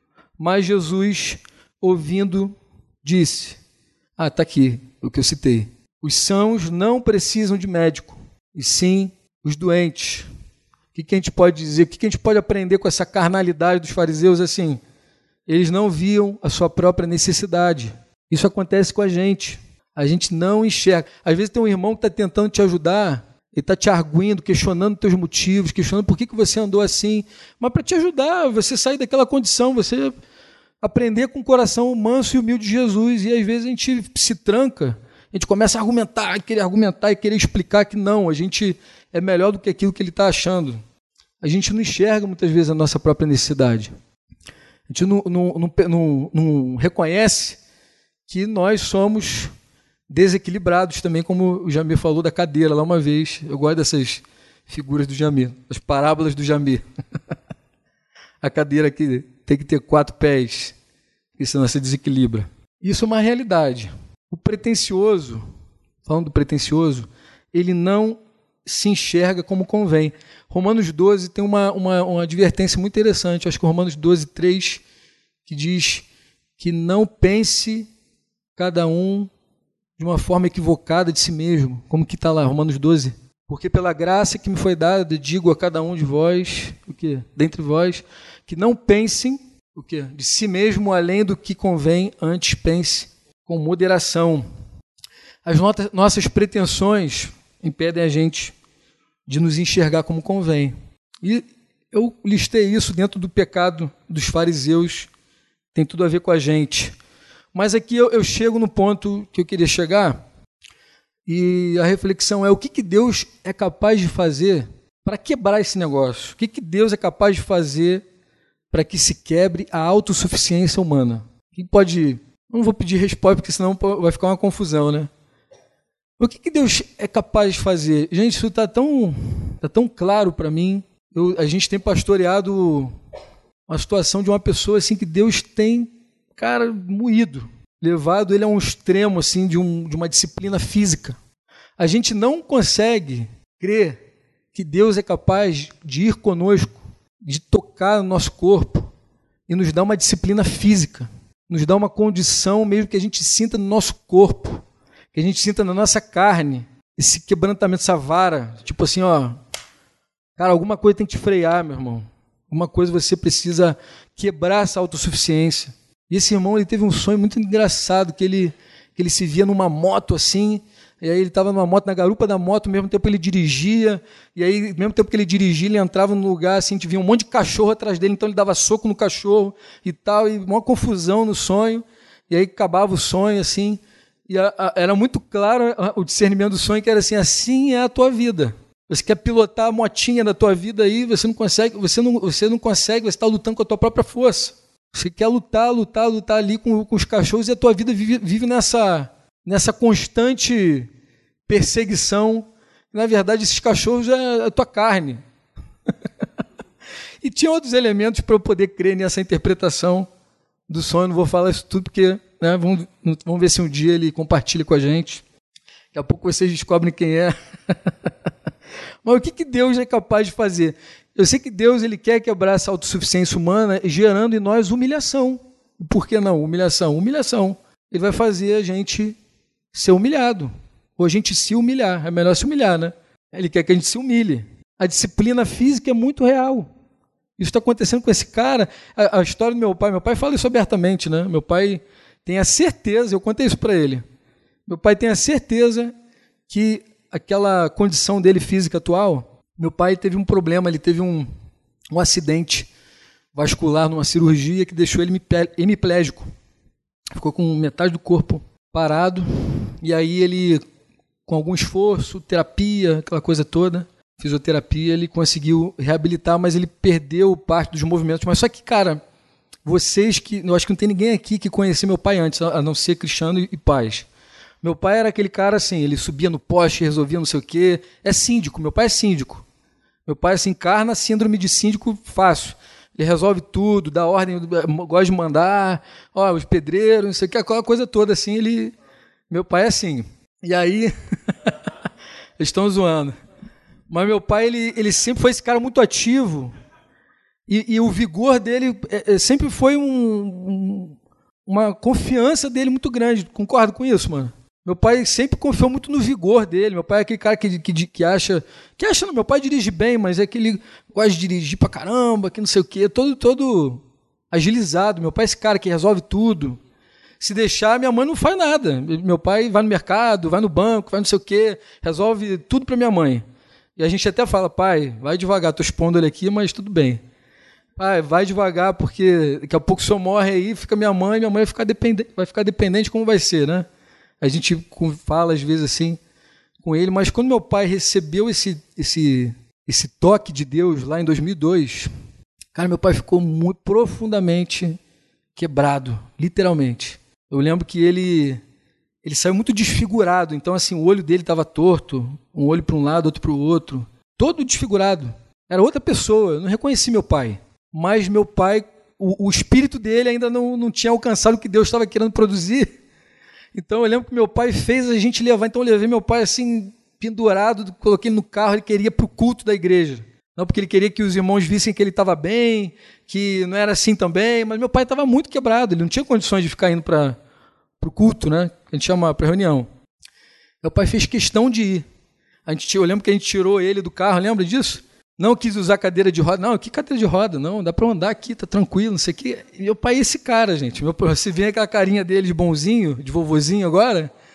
Speaker 1: Mas Jesus, ouvindo, disse, ah, está aqui o que eu citei, os sãos não precisam de médico, e sim os doentes. O que a gente pode dizer? O que a gente pode aprender com essa carnalidade dos fariseus? Assim, eles não viam a sua própria necessidade. Isso acontece com a gente. A gente não enxerga. Às vezes tem um irmão que está tentando te ajudar, ele está te arguindo, questionando teus motivos, questionando por que, que você andou assim. Mas para te ajudar, você sair daquela condição, você aprender com o coração manso e humilde de Jesus. E às vezes a gente se tranca, a gente começa a argumentar, querer argumentar e querer explicar que não, a gente é melhor do que aquilo que ele está achando. A gente não enxerga muitas vezes a nossa própria necessidade. A gente não, não, não, não, não reconhece que nós somos desequilibrados também, como o Jamir falou da cadeira lá uma vez. Eu gosto dessas figuras do Jamir, das parábolas do Jamir. A cadeira aqui tem que ter quatro pés, porque senão você desequilibra. Isso é uma realidade. O pretensioso, falando do pretensioso, ele não se enxerga como convém. Romanos doze tem uma, uma, uma advertência muito interessante, acho que Romanos doze, três, que diz que não pense cada um de uma forma equivocada de si mesmo, como que está lá, Romanos doze. Porque pela graça que me foi dada, digo a cada um de vós, o quê? Dentre vós, que não pensem o quê? De si mesmo além do que convém, antes pense com moderação. As notas, nossas pretensões impedem a gente de nos enxergar como convém. E eu listei isso dentro do pecado dos fariseus, tem tudo a ver com a gente. Mas aqui eu, eu chego no ponto que eu queria chegar, e a reflexão é o que, que Deus é capaz de fazer para quebrar esse negócio. O que, que Deus é capaz de fazer para que se quebre a autossuficiência humana? Quem pode... Não vou pedir resposta, porque senão vai ficar uma confusão, né? O que, que Deus é capaz de fazer? Gente, isso está tão, tá tão claro para mim. Eu, a gente tem pastoreado uma situação de uma pessoa assim que Deus tem, cara, moído, levado ele a um extremo assim, de, um, de uma disciplina física. A gente não consegue crer que Deus é capaz de ir conosco, de tocar no nosso corpo e nos dar uma disciplina física, nos dar uma condição mesmo que a gente sinta no nosso corpo, que a gente sinta na nossa carne, esse quebrantamento, essa vara, tipo assim, ó, cara, alguma coisa tem que te frear, meu irmão. Alguma coisa você precisa quebrar essa autossuficiência. E esse irmão, ele teve um sonho muito engraçado, que ele, que ele se via numa moto assim, e aí ele estava numa moto, na garupa da moto, ao mesmo tempo ele dirigia, e aí, ao mesmo tempo que ele dirigia, ele entrava num lugar assim, via um monte de cachorro atrás dele, então ele dava soco no cachorro e tal, e uma confusão no sonho, e aí acabava o sonho assim, e a, a, era muito claro a, o discernimento do sonho, que era assim, assim é a tua vida. Você quer pilotar a motinha da tua vida aí, você não consegue, você não, você não consegue, você está lutando com a tua própria força. Você quer lutar, lutar, lutar ali com, com os cachorros, e a tua vida vive, vive nessa, nessa constante perseguição. Na verdade, esses cachorros é a tua carne. E tinha outros elementos para eu poder crer nessa interpretação do sonho. Não vou falar isso tudo porque, né, vamos, vamos ver se um dia ele compartilha com a gente. Daqui a pouco vocês descobrem quem é. Mas o que, que Deus é capaz de fazer? Eu sei que Deus ele quer quebrar essa autossuficiência humana, gerando em nós humilhação. Por que não? Humilhação. Humilhação. Ele vai fazer a gente ser humilhado. Ou a gente se humilhar. É melhor se humilhar, né? Ele quer que a gente se humilhe. A disciplina física é muito real. Isso está acontecendo com esse cara. A, a história do meu pai, meu pai fala isso abertamente, né? Meu pai tem a certeza, eu contei isso para ele, meu pai tem a certeza que aquela condição dele física atual, meu pai teve um problema, ele teve um, um acidente vascular numa cirurgia que deixou ele hemiplégico. Ficou com metade do corpo parado, e aí ele, com algum esforço, terapia, aquela coisa toda, fisioterapia, ele conseguiu reabilitar, mas ele perdeu parte dos movimentos. Mas só que, cara, vocês que... Eu acho que não tem ninguém aqui que conhecia meu pai antes, a não ser Cristiano e Paz. Meu pai era aquele cara assim, ele subia no poste, resolvia não sei o quê. É síndico, meu pai é síndico. Meu pai assim, encarna a síndrome de síndico fácil. Ele resolve tudo, dá ordem, gosta de mandar, ó, os pedreiros, não sei o que, aquela coisa toda assim, ele... Meu pai é assim. E aí... Eles estão zoando. Mas meu pai, ele, ele sempre foi esse cara muito ativo, e, e o vigor dele é, é, sempre foi um, um, uma confiança dele muito grande. Concorda com isso, mano? Meu pai sempre confiou muito no vigor dele. Meu pai é aquele cara que, que, que acha... Que acha, não, meu pai dirige bem, mas é que ele gosta de dirigir pra caramba, que não sei o quê, todo, todo agilizado. Meu pai é esse cara que resolve tudo. Se deixar, minha mãe não faz nada. Meu pai vai no mercado, vai no banco, vai não sei o quê, resolve tudo pra minha mãe. E a gente até fala, pai, vai devagar, estou expondo ele aqui, mas tudo bem. Pai, vai devagar, porque daqui a pouco o senhor morre aí, fica minha mãe, minha mãe vai ficar dependente, vai ficar dependente, como vai ser, né? A gente fala às vezes assim com ele, mas quando meu pai recebeu esse, esse, esse toque de Deus lá em dois mil e dois, cara, meu pai ficou muito profundamente quebrado, literalmente. Eu lembro que ele... Ele saiu muito desfigurado, então assim, o olho dele estava torto, um olho para um lado, outro para o outro, todo desfigurado. Era outra pessoa, eu não reconheci meu pai. Mas meu pai, o, o espírito dele ainda não, não tinha alcançado o que Deus estava querendo produzir. Então eu lembro que meu pai fez a gente levar, então eu levei meu pai assim, pendurado, coloquei ele no carro, ele queria ir para o culto da igreja. Não porque ele queria que os irmãos vissem que ele estava bem, que não era assim também, mas meu pai estava muito quebrado, ele não tinha condições de ficar indo para... para o culto, né? A gente chama para reunião. Meu pai fez questão de ir. A gente, eu lembro que a gente tirou ele do carro, lembra disso? Não quis usar cadeira de roda. Não, que cadeira de roda? Não, dá para andar aqui, tá tranquilo, não sei o quê. E meu pai é esse cara, gente. Meu, você vê aquela carinha dele de bonzinho, de vovozinho agora,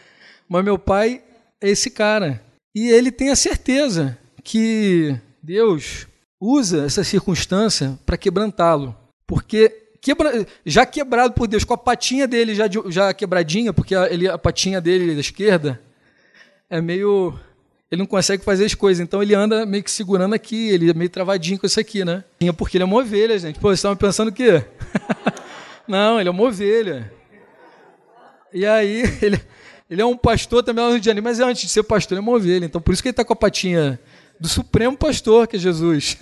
Speaker 1: Mas meu pai é esse cara. E ele tem a certeza que Deus usa essa circunstância para quebrantá-lo. Porque quebra, já quebrado por Deus, com a patinha dele já, já quebradinha, porque a, ele, a patinha dele da esquerda é meio... Ele não consegue fazer as coisas, então ele anda meio que segurando aqui, ele é meio travadinho com isso aqui, né? Porque ele é uma ovelha, gente. Pô, vocês estavam pensando o quê? Não, ele é uma ovelha. E aí, ele, ele é um pastor também lá no Rio de Janeiro, mas antes de ser pastor, ele é uma ovelha. Então, por isso que ele está com a patinha do supremo pastor, que é Jesus.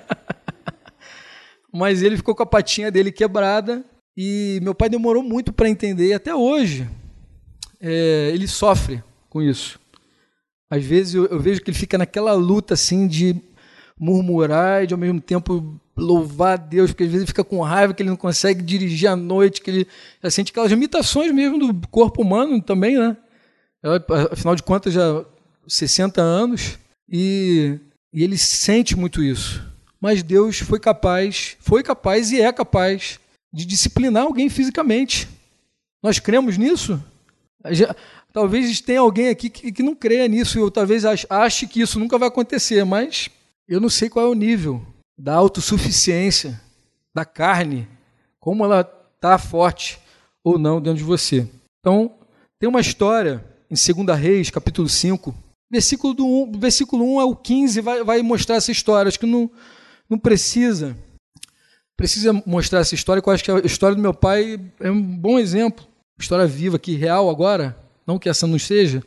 Speaker 1: Mas ele ficou com a patinha dele quebrada e meu pai demorou muito para entender. E até hoje, é, ele sofre com isso. Às vezes eu, eu vejo que ele fica naquela luta assim de murmurar e de ao mesmo tempo louvar a Deus, porque às vezes ele fica com raiva que ele não consegue dirigir à noite, que ele já sente aquelas limitações mesmo do corpo humano também, né? Afinal de contas, já sessenta anos, e, e ele sente muito isso. Mas Deus foi capaz, foi capaz e é capaz de disciplinar alguém fisicamente. Nós cremos nisso? Talvez tenha alguém aqui que, que não creia nisso, ou talvez ache que isso nunca vai acontecer, mas eu não sei qual é o nível da autossuficiência, da carne, como ela está forte ou não dentro de você. Então, tem uma história em Segunda Reis, capítulo cinco, versículo, do um, versículo um ao quinze vai, vai mostrar essa história. Acho que não, não precisa, precisa mostrar essa história, porque eu acho que a história do meu pai é um bom exemplo. História viva aqui, real agora, não que essa não seja.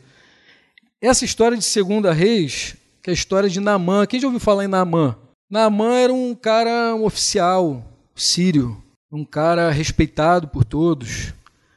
Speaker 1: Essa história de Segunda Reis, que é a história de Naamã. Quem já ouviu falar em Naamã? Naamã era um cara, um oficial sírio, um cara respeitado por todos.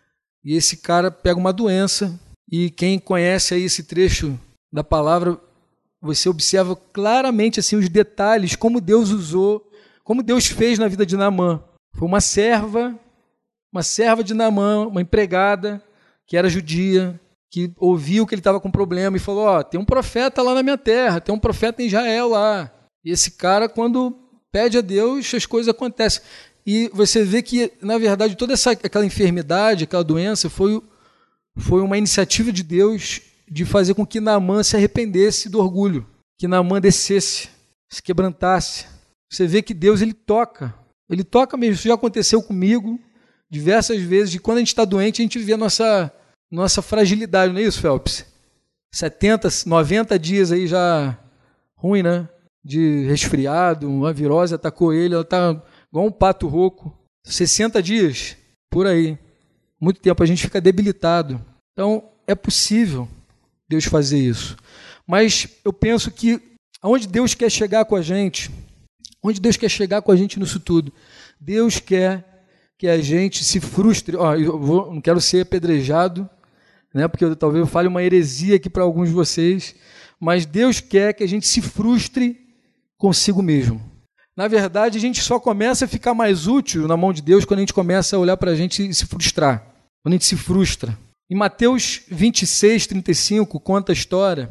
Speaker 1: E esse cara pega uma doença, e quem conhece aí esse trecho da palavra, você observa claramente assim, os detalhes, como Deus usou, como Deus fez na vida de Naamã. Foi uma serva, uma serva de Naamã, uma empregada, que era judia, que ouviu que ele estava com problema e falou, ó, tem um profeta lá na minha terra, tem um profeta em Israel lá. E esse cara, quando pede a Deus, as coisas acontecem. E você vê que, na verdade, toda essa, aquela enfermidade, aquela doença, foi, foi uma iniciativa de Deus de fazer com que Naamã se arrependesse do orgulho, que Naamã descesse, se quebrantasse. Você vê que Deus, ele toca, ele toca mesmo. Isso já aconteceu comigo diversas vezes, de quando a gente está doente, a gente vê a nossa, nossa fragilidade, não é isso, Phelps? setenta, noventa dias aí já ruim, né? De resfriado, uma virose atacou ele, ela está igual um pato rouco. sessenta dias, por aí. Muito tempo, a gente fica debilitado. Então, é possível Deus fazer isso. Mas eu penso que aonde Deus quer chegar com a gente, onde Deus quer chegar com a gente nisso tudo, Deus quer que a gente se frustre. Ó, eu vou, não quero ser apedrejado, né, porque eu, talvez eu fale uma heresia aqui para alguns de vocês, mas Deus quer que a gente se frustre consigo mesmo. Na verdade, a gente só começa a ficar mais útil na mão de Deus quando a gente começa a olhar para a gente e se frustrar. Quando a gente se frustra. Em Mateus vinte e seis, trinta e cinco, conta a história.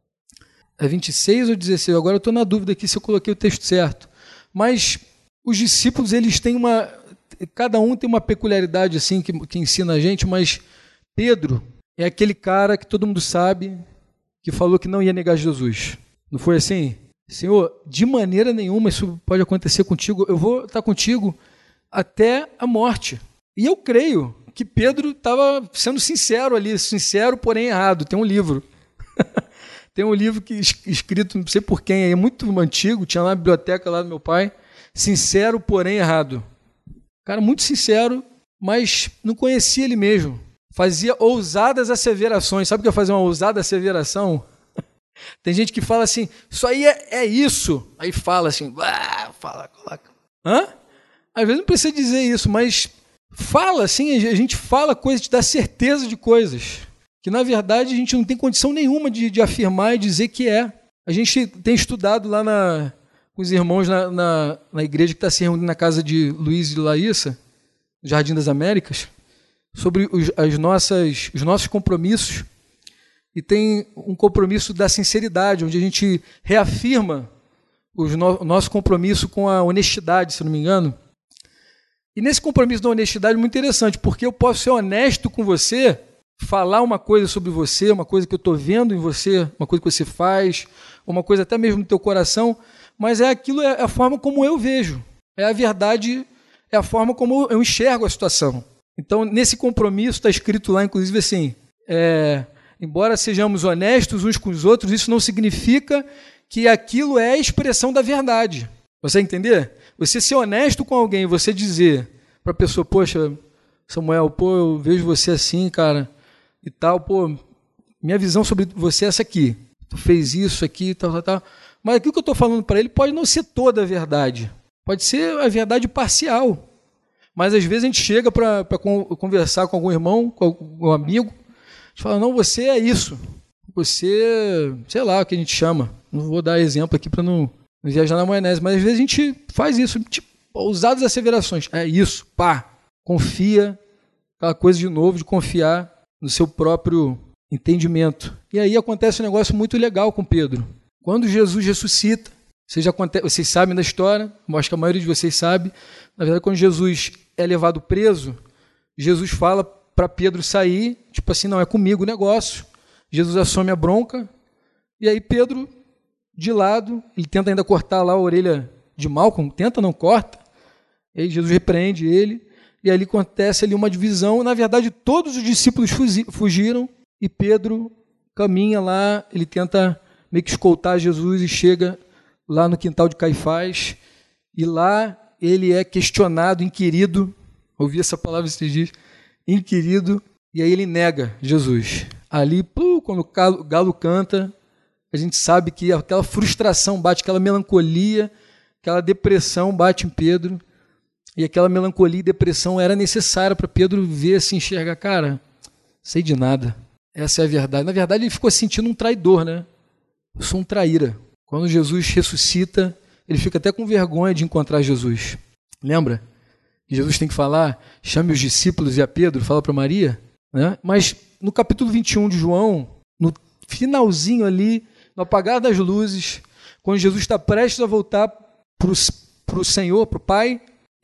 Speaker 1: É vinte e seis ou dezesseis? Agora eu estou na dúvida aqui se eu coloquei o texto certo. Mas os discípulos, eles têm uma... Cada um tem uma peculiaridade assim que, que ensina a gente, mas Pedro é aquele cara que todo mundo sabe que falou que não ia negar Jesus. Não foi assim? Senhor, de maneira nenhuma isso pode acontecer contigo, eu vou estar contigo até a morte. E eu creio que Pedro estava sendo sincero ali, sincero, porém errado. Tem um livro, tem um livro que, escrito, não sei por quem, é muito antigo, tinha lá na biblioteca lá do meu pai, sincero, porém errado. Cara muito sincero, mas não conhecia ele mesmo. Fazia ousadas asseverações. Sabe o que é fazer uma ousada asseveração? Tem gente que fala assim, isso aí é, é isso. Aí fala assim, ah, fala, coloca. Hã? Às vezes não precisa dizer isso, mas fala assim, a gente fala coisas, te dá certeza de coisas, que na verdade a gente não tem condição nenhuma de, de afirmar e dizer que é. A gente tem estudado lá na, com os irmãos na, na, na igreja que está se reunindo na casa de Luiz e de Laísa, Jardim das Américas, sobre os, as nossas, os nossos compromissos. E tem um compromisso da sinceridade, onde a gente reafirma os no, o nosso compromisso com a honestidade, se não me engano. E nesse compromisso da honestidade é muito interessante, porque eu posso ser honesto com você falar uma coisa sobre você, uma coisa que eu estou vendo em você, uma coisa que você faz, uma coisa até mesmo no teu coração, mas é aquilo, é a forma como eu vejo, é a verdade, é a forma como eu enxergo a situação. Então, nesse compromisso está escrito lá, inclusive assim, é, embora sejamos honestos uns com os outros, isso não significa que aquilo é a expressão da verdade. Você entender? Você ser honesto com alguém, você dizer para a pessoa, poxa, Samuel, pô, eu vejo você assim, cara, e tal, pô, minha visão sobre você é essa aqui. Tu fez isso aqui, tal, tal, tal. Mas aquilo que eu estou falando para ele pode não ser toda a verdade. Pode ser a verdade parcial. Mas às vezes a gente chega para conversar com algum irmão, com algum amigo, a gente fala, não, você é isso. Você, sei lá o que a gente chama. Não vou dar exemplo aqui para não, não viajar na maionese, mas às vezes a gente faz isso, tipo, ousadas asseverações. É isso, pá, confia, aquela coisa de novo, de confiar no seu próprio entendimento. E aí acontece um negócio muito legal com Pedro. Quando Jesus ressuscita, vocês, já, vocês sabem da história, eu acho que a maioria de vocês sabe, na verdade, quando Jesus é levado preso, Jesus fala para Pedro sair, tipo assim, não, é comigo o negócio. Jesus assume a bronca, e aí Pedro, de lado, ele tenta ainda cortar lá a orelha de Malcolm, tenta, não corta, e aí Jesus repreende ele, e ali acontece ali uma divisão. Na verdade, todos os discípulos fugiram e Pedro caminha lá, ele tenta meio que escoltar Jesus e chega lá no quintal de Caifás, e lá ele é questionado, inquirido, ouvi essa palavra esses dias, inquirido, e aí ele nega Jesus. Ali, pô, quando o galo canta, a gente sabe que aquela frustração bate, aquela melancolia, aquela depressão bate em Pedro, e aquela melancolia e depressão era necessária para Pedro ver, se enxergar, cara, sei de nada, essa é a verdade. Na verdade, ele ficou sentindo um traidor, né? Eu sou um traíra. Quando Jesus ressuscita, ele fica até com vergonha de encontrar Jesus. Lembra? Que Jesus tem que falar, chame os discípulos e a Pedro, fala para Maria, né? Mas no capítulo vinte e um de João, no finalzinho ali, no apagar das luzes, quando Jesus está prestes a voltar para o Senhor, para o Pai,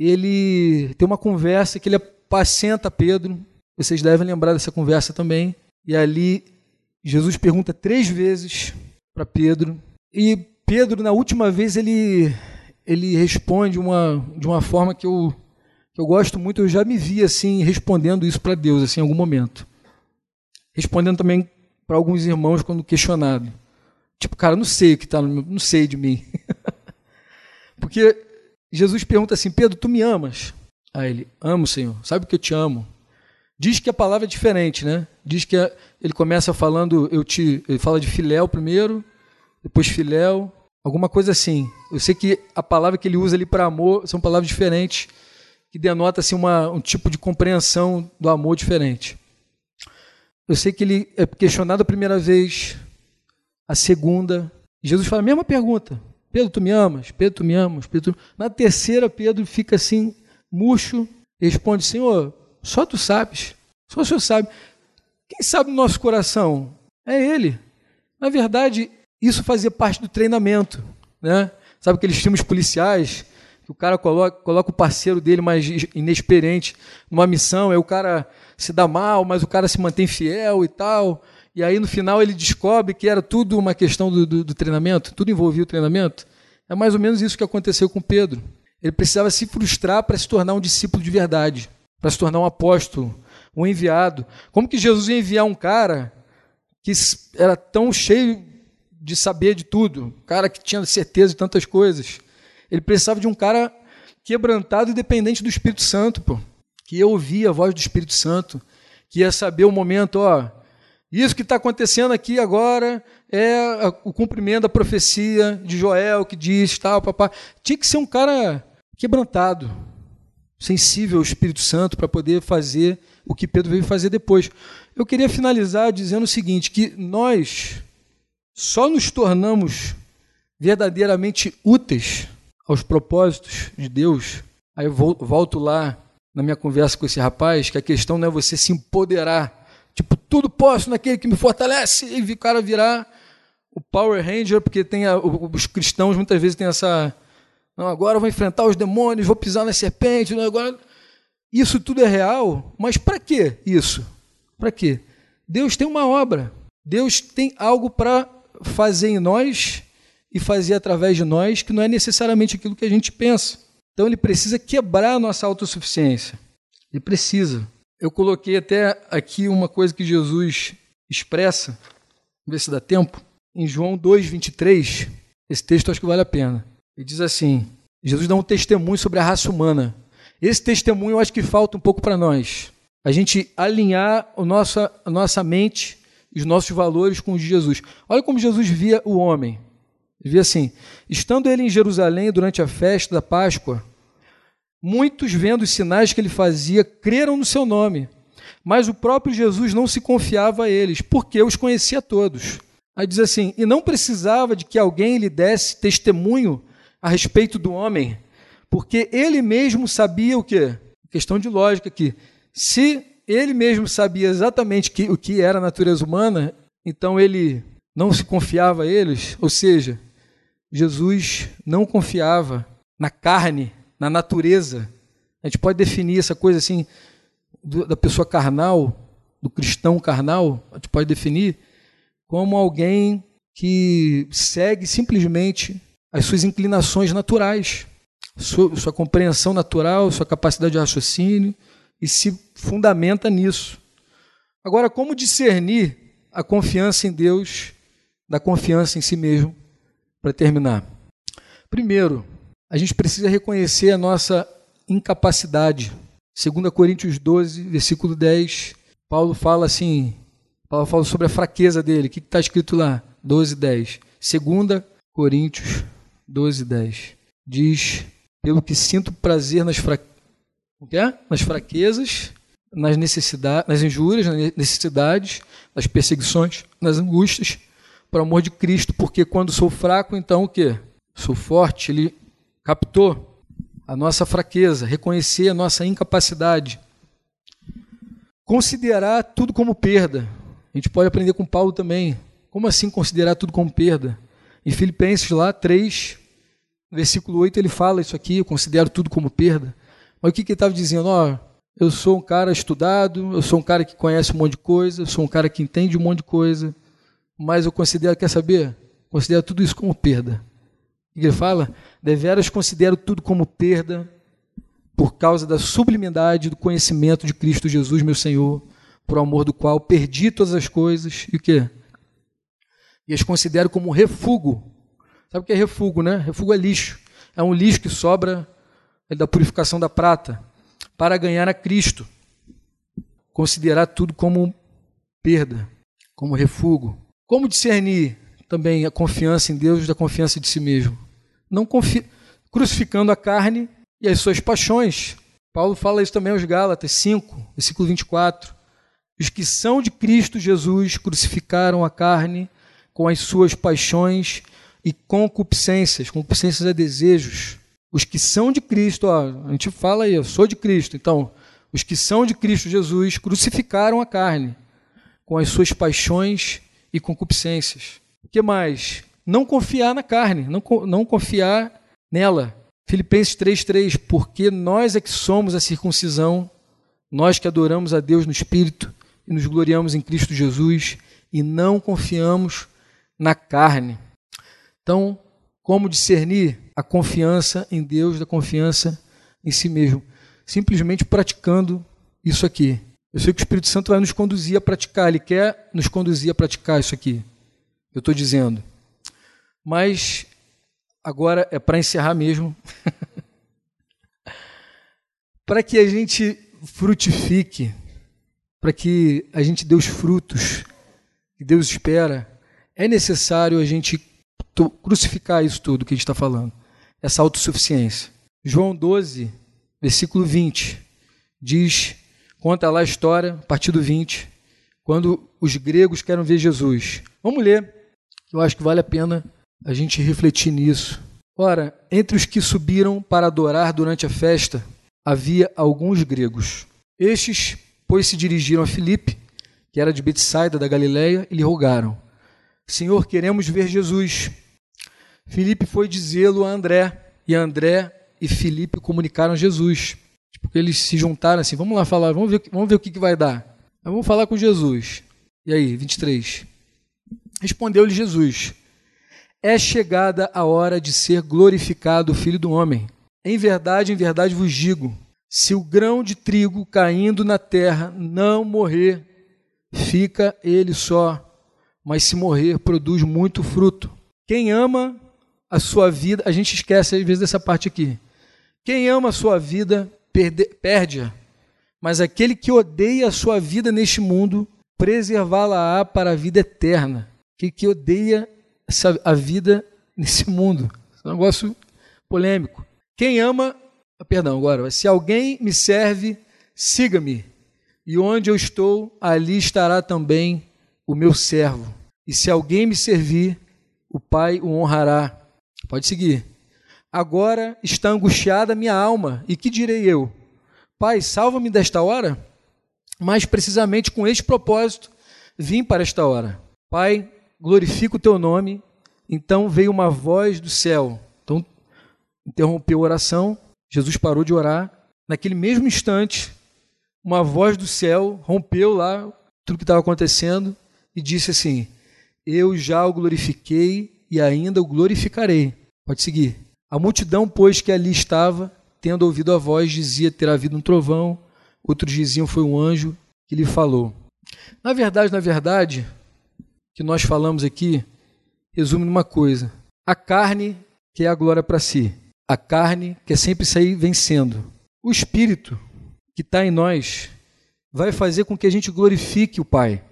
Speaker 1: ele tem uma conversa que ele apacenta Pedro. Vocês devem lembrar dessa conversa também. E ali Jesus pergunta três vezes para Pedro. E Pedro, na última vez, ele, ele responde uma, de uma forma que eu, que eu gosto muito. Eu já me vi assim, respondendo isso para Deus assim, em algum momento. Respondendo também para alguns irmãos quando questionado. Tipo, cara, não sei o que está no meu, não sei de mim. Porque Jesus pergunta assim, Pedro, tu me amas? Aí ele, amo, Senhor, sabe que eu te amo. Diz que a palavra é diferente, né? Diz que ele começa falando, eu te, ele fala de filéu primeiro, depois filéu, alguma coisa assim. Eu sei que a palavra que ele usa ali para amor são palavras diferentes, que denota assim, uma, um tipo de compreensão do amor diferente. Eu sei que ele é questionado a primeira vez, a segunda, e Jesus fala a mesma pergunta. Pedro, tu me amas? Pedro, tu me amas? Pedro, tu... Na terceira, Pedro fica assim, murcho, e responde, Senhor, só tu sabes, só o Senhor sabe. Quem sabe no nosso coração? É Ele. Na verdade, isso fazia parte do treinamento, né? Sabe aqueles filmes policiais, que o cara coloca, coloca o parceiro dele mais inexperiente numa missão, aí o cara se dá mal, mas o cara se mantém fiel e tal, e aí no final ele descobre que era tudo uma questão do, do, do treinamento, tudo envolvia o treinamento. É mais ou menos isso que aconteceu com Pedro. Ele precisava se frustrar para se tornar um discípulo de verdade, para se tornar um apóstolo, um enviado. Como que Jesus ia enviar um cara que era tão cheio de saber de tudo, um cara que tinha certeza de tantas coisas? Ele precisava de um cara quebrantado e dependente do Espírito Santo, pô, que ia ouvir a voz do Espírito Santo, que ia saber o momento, ó, isso que está acontecendo aqui agora é o cumprimento da profecia de Joel, que diz, tal, papá. Tinha que ser um cara quebrantado, sensível ao Espírito Santo para poder fazer o que Pedro veio fazer depois. Eu queria finalizar dizendo o seguinte, que nós só nos tornamos verdadeiramente úteis aos propósitos de Deus. Aí eu volto lá na minha conversa com esse rapaz, que a questão não é você se empoderar, tipo, tudo posso naquele que me fortalece, e o cara virar o Power Ranger, porque tem a, os cristãos muitas vezes têm essa, não, agora eu vou enfrentar os demônios, vou pisar na serpente, não, agora... Isso tudo é real, mas para que isso? Para quê? Deus tem uma obra, Deus tem algo para fazer em nós e fazer através de nós que não é necessariamente aquilo que a gente pensa. Então ele precisa quebrar a nossa autossuficiência. Ele precisa. Eu coloquei até aqui uma coisa que Jesus expressa, vamos ver se dá tempo, em João dois, vinte e três, esse texto acho que vale a pena. Ele diz assim, Jesus dá um testemunho sobre a raça humana. Esse testemunho eu acho que falta um pouco para nós. A gente alinhar o nosso, a nossa mente, os nossos valores com os de Jesus. Olha como Jesus via o homem. Ele via assim, estando ele em Jerusalém durante a festa da Páscoa, muitos, vendo os sinais que ele fazia, creram no seu nome. Mas o próprio Jesus não se confiava a eles, porque os conhecia todos. Aí diz assim, e não precisava de que alguém lhe desse testemunho a respeito do homem, porque ele mesmo sabia o quê? Questão de lógica aqui. Se ele mesmo sabia exatamente que, o que era a natureza humana, então ele não se confiava a eles, ou seja, Jesus não confiava na carne, na natureza. A gente pode definir essa coisa assim, do, da pessoa carnal, do cristão carnal, a gente pode definir como alguém que segue simplesmente as suas inclinações naturais, sua, sua compreensão natural, sua capacidade de raciocínio, e se fundamenta nisso. Agora, como discernir a confiança em Deus da confiança em si mesmo, para terminar? Primeiro, a gente precisa reconhecer a nossa incapacidade. Segunda Coríntios doze, versículo dez, Paulo fala assim, Paulo fala sobre a fraqueza dele. O que está escrito lá? doze, dez. Segunda Coríntios doze, dez. Diz, pelo que sinto prazer nas fraquezas, o que é? Nas fraquezas, nas necessidades, nas injúrias, nas necessidades, nas perseguições, nas angústias, por amor de Cristo, porque quando sou fraco, então o quê? Sou forte. Ele captou a nossa fraqueza, reconhecer a nossa incapacidade. Considerar tudo como perda. A gente pode aprender com Paulo também. Como assim considerar tudo como perda? Em Filipenses lá, três, versículo oito, ele fala isso aqui, eu considero tudo como perda. Mas o que, que ele estava dizendo? Ó, eu sou um cara estudado, eu sou um cara que conhece um monte de coisa, eu sou um cara que entende um monte de coisa, mas eu considero, quer saber? Considero tudo isso como perda. O que ele fala? Deveras considero tudo como perda por causa da sublimidade do conhecimento de Cristo Jesus, meu Senhor, por amor do qual perdi todas as coisas, e o quê? E as considero como refúgio. Sabe o que é refúgio, né? Refúgio é lixo. É um lixo que sobra da purificação da prata, para ganhar a Cristo. Considerar tudo como perda, como refúgio. Como discernir também a confiança em Deus da confiança de si mesmo? Não confi... Crucificando a carne e as suas paixões. Paulo fala isso também aos Gálatas cinco, versículo vinte e quatro. Os que são de Cristo Jesus crucificaram a carne com as suas paixões e concupiscências. Concupiscências é desejos. Os que são de Cristo, ó, a gente fala aí, eu sou de Cristo. Então, os que são de Cristo Jesus crucificaram a carne com as suas paixões e concupiscências. O que mais? Não confiar na carne, não, não confiar nela. Filipenses três, três, porque nós é que somos a circuncisão, nós que adoramos a Deus no Espírito e nos gloriamos em Cristo Jesus e não confiamos na carne. Então, como discernir a confiança em Deus da confiança em si mesmo? Simplesmente praticando isso aqui. Eu sei que o Espírito Santo vai nos conduzir a praticar, Ele quer nos conduzir a praticar isso aqui. Eu estou dizendo. Mas agora é para encerrar mesmo. Para que a gente frutifique, para que a gente dê os frutos que Deus espera, é necessário a gente crucificar isso tudo que a gente está falando, essa autossuficiência. João doze, versículo vinte, diz, conta lá a história, a partir do vinte, quando os gregos querem ver Jesus. Vamos ler, eu acho que vale a pena a gente refletir nisso. Ora, entre os que subiram para adorar durante a festa, havia alguns gregos. Estes, pois, se dirigiram a Filipe, que era de Betsaida da Galileia, e lhe rogaram, Senhor, queremos ver Jesus. Filipe foi dizê-lo a André, e André e Filipe comunicaram a Jesus. Porque eles se juntaram assim, vamos lá falar, vamos ver, vamos ver o que, que vai dar. Vamos falar com Jesus. E aí, vinte e três. Respondeu-lhe Jesus: é chegada a hora de ser glorificado o Filho do Homem. Em verdade, em verdade vos digo, se o grão de trigo caindo na terra não morrer, fica ele só, mas se morrer, produz muito fruto. Quem ama a sua vida, a gente esquece às vezes dessa parte aqui. Quem ama a sua vida, perde, perde-a, mas aquele que odeia a sua vida neste mundo, preservá-la-á para a vida eterna. Aquele que odeia essa, a vida nesse mundo. É um negócio polêmico. Quem ama, perdão, agora, se alguém me serve, siga-me, e onde eu estou, ali estará também o meu servo. E se alguém me servir, o Pai o honrará. Pode seguir. Agora está angustiada a minha alma, e que direi eu? Pai, salva-me desta hora? Mas precisamente com este propósito vim para esta hora. Pai, glorifica o teu nome. Então veio uma voz do céu. Então interrompeu a oração, Jesus parou de orar. Naquele mesmo instante, uma voz do céu rompeu lá tudo que estava acontecendo e disse assim: eu já o glorifiquei e ainda o glorificarei. Pode seguir. A multidão, pois, que ali estava, tendo ouvido a voz, dizia ter havido um trovão, outros diziam foi um anjo que lhe falou. Na verdade, na verdade, o que nós falamos aqui resume numa coisa: a carne quer a glória para si, a carne quer sempre sair vencendo. O Espírito que está em nós vai fazer com que a gente glorifique o Pai.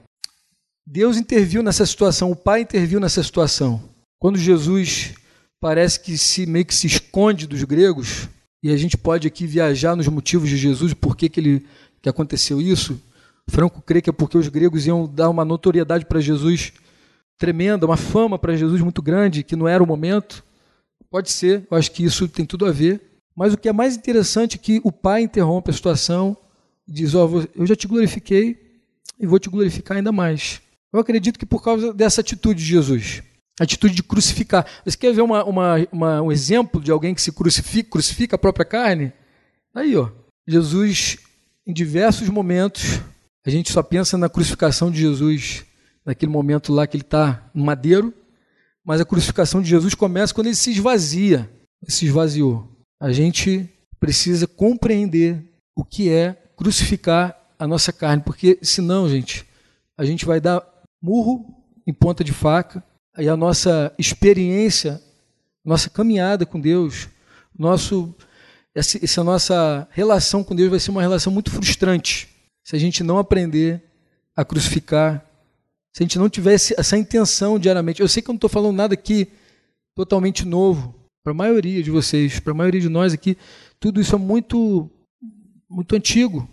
Speaker 1: Deus interviu nessa situação, o Pai interviu nessa situação. Quando Jesus parece que se meio que se esconde dos gregos, e a gente pode aqui viajar nos motivos de Jesus, por que que ele que aconteceu isso. Franco crê que é porque os gregos iam dar uma notoriedade para Jesus tremenda, uma fama para Jesus muito grande, que não era o momento. Pode ser, eu acho que isso tem tudo a ver. Mas o que é mais interessante é que o Pai interrompe a situação e diz: ó, oh, eu já te glorifiquei e vou te glorificar ainda mais. Eu acredito que por causa dessa atitude de Jesus, a atitude de crucificar. Você quer ver uma, uma, uma, um exemplo de alguém que se crucifica, crucifica a própria carne? Aí, ó, Jesus, em diversos momentos, a gente só pensa na crucificação de Jesus, naquele momento lá que ele está no madeiro, mas a crucificação de Jesus começa quando ele se esvazia, ele se esvaziou. A gente precisa compreender o que é crucificar a nossa carne, porque senão, gente, a gente vai dar murro em ponta de faca, e a nossa experiência, nossa caminhada com Deus, nosso, essa, essa nossa relação com Deus vai ser uma relação muito frustrante, se a gente não aprender a crucificar, se a gente não tiver essa intenção diariamente. Eu sei que eu não estou falando nada aqui totalmente novo, para a maioria de vocês, para a maioria de nós aqui, tudo isso é muito, muito antigo.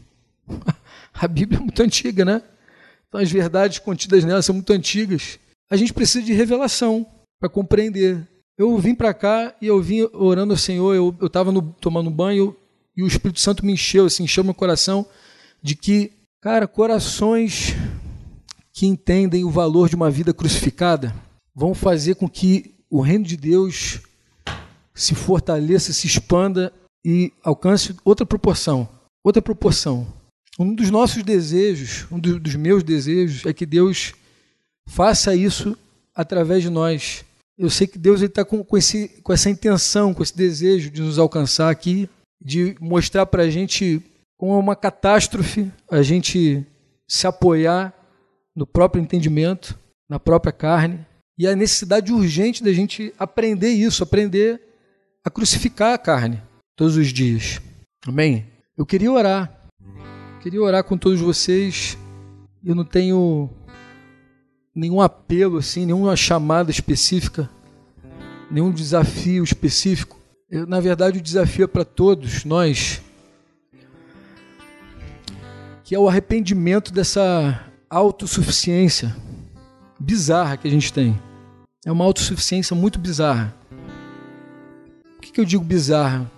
Speaker 1: A Bíblia é muito antiga, né? Então as verdades contidas nela são muito antigas. A gente precisa de revelação para compreender. Eu vim para cá e eu vim orando ao Senhor, eu estava tomando banho e o Espírito Santo me encheu, assim, encheu meu coração de que, cara, corações que entendem o valor de uma vida crucificada vão fazer com que o reino de Deus se fortaleça, se expanda e alcance outra proporção. Outra proporção. Um dos nossos desejos, um do, dos meus desejos, é que Deus faça isso através de nós. Eu sei que Deus está com, com, esse, com essa intenção, com esse desejo de nos alcançar aqui, de mostrar para a gente como é uma catástrofe a gente se apoiar no próprio entendimento, na própria carne, e a necessidade urgente da gente aprender isso, aprender a crucificar a carne todos os dias. Amém? Eu queria orar, queria orar com todos vocês. Eu não tenho nenhum apelo, assim, nenhuma chamada específica, nenhum desafio específico. Eu, na verdade, o desafio é para todos nós, que é o arrependimento dessa autossuficiência bizarra que a gente tem. É uma autossuficiência muito bizarra. Por que que eu digo bizarra?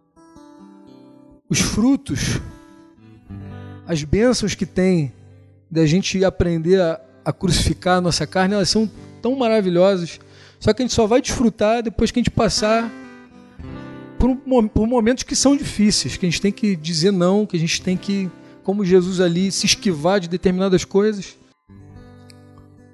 Speaker 1: Os frutos, as bênçãos que tem da gente aprender a, a crucificar a nossa carne, elas são tão maravilhosas, só que a gente só vai desfrutar depois que a gente passar por, um, por momentos que são difíceis, que a gente tem que dizer não, que a gente tem que, como Jesus ali, se esquivar de determinadas coisas.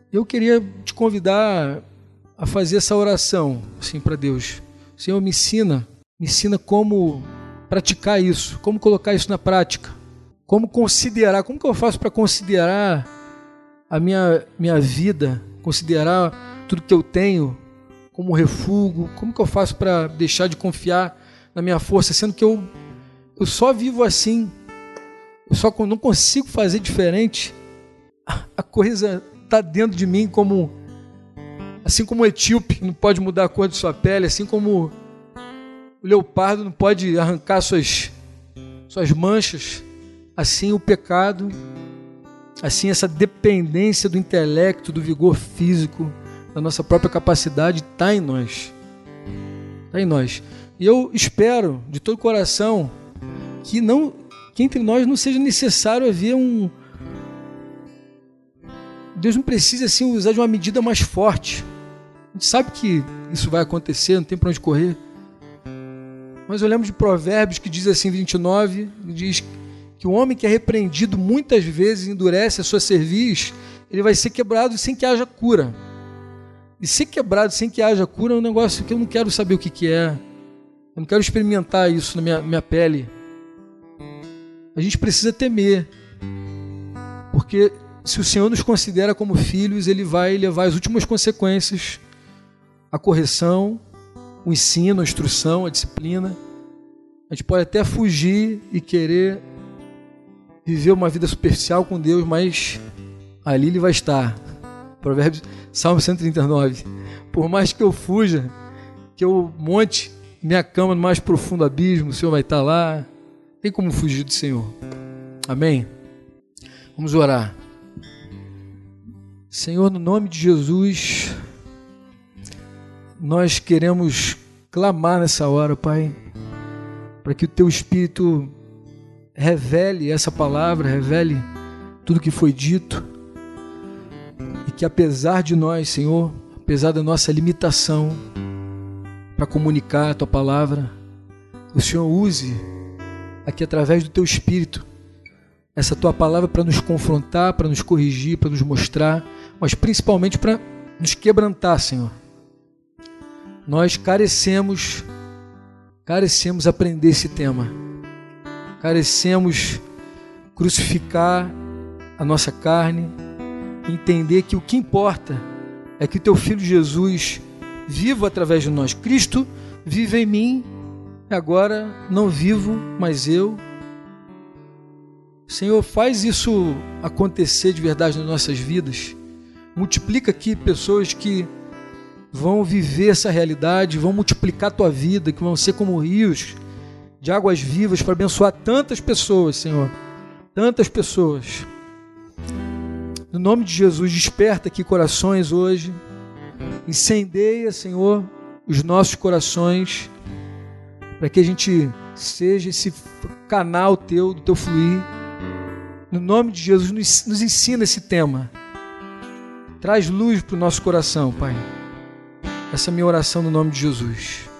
Speaker 1: Eu queria te convidar a fazer essa oração assim para Deus. Senhor, me ensina, me ensina como praticar isso, como colocar isso na prática, como considerar, como que eu faço para considerar a minha, minha vida, considerar tudo que eu tenho como refúgio, como que eu faço para deixar de confiar na minha força, sendo que eu, eu só vivo assim, eu só não consigo fazer diferente, a coisa está dentro de mim como, assim como o etíope não pode mudar a cor de sua pele, assim como o leopardo não pode arrancar suas, suas manchas, assim o pecado, assim essa dependência do intelecto, do vigor físico, da nossa própria capacidade está em nós. Está em nós. E eu espero de todo o coração que, não, que entre nós não seja necessário haver um... Deus não precisa assim usar de uma medida mais forte. A gente sabe que isso vai acontecer, não tem para onde correr. Mas eu lembro de Provérbios que diz assim, vinte e nove, diz que o homem que é repreendido muitas vezes endurece a sua cerviz, ele vai ser quebrado sem que haja cura. E ser quebrado sem que haja cura é um negócio que eu não quero saber o que, que é. Eu não quero experimentar isso na minha, minha pele. A gente precisa temer. Porque se o Senhor nos considera como filhos, Ele vai levar as últimas consequências, a correção, o ensino, a instrução, a disciplina. A gente pode até fugir e querer viver uma vida superficial com Deus, mas ali Ele vai estar. Provérbios, Salmo cento e trinta e nove. Por mais que eu fuja, que eu monte minha cama no mais profundo abismo, o Senhor vai estar lá. Tem como fugir do Senhor. Amém? Vamos orar. Senhor, no nome de Jesus, nós queremos clamar nessa hora, Pai, para que o Teu Espírito revele essa palavra, revele tudo que foi dito, e que apesar de nós, Senhor, apesar da nossa limitação para comunicar a Tua palavra, o Senhor use aqui através do Teu Espírito essa Tua palavra para nos confrontar, para nos corrigir, para nos mostrar, mas principalmente para nos quebrantar, Senhor. Nós carecemos, carecemos aprender esse tema, carecemos crucificar a nossa carne, entender que o que importa é que o Teu Filho Jesus viva através de nós. Cristo vive em mim, e agora não vivo, mas eu. Senhor, faz isso acontecer de verdade nas nossas vidas. Multiplica aqui pessoas que vão viver essa realidade, vão multiplicar a Tua vida, que vão ser como rios de águas vivas para abençoar tantas pessoas, Senhor. Tantas pessoas. No nome de Jesus, desperta aqui corações hoje. Incendeia, Senhor, os nossos corações, para que a gente seja esse canal Teu, do Teu fluir. No nome de Jesus, nos, nos ensina esse tema. Traz luz para o nosso coração, Pai. Essa é a minha oração no nome de Jesus.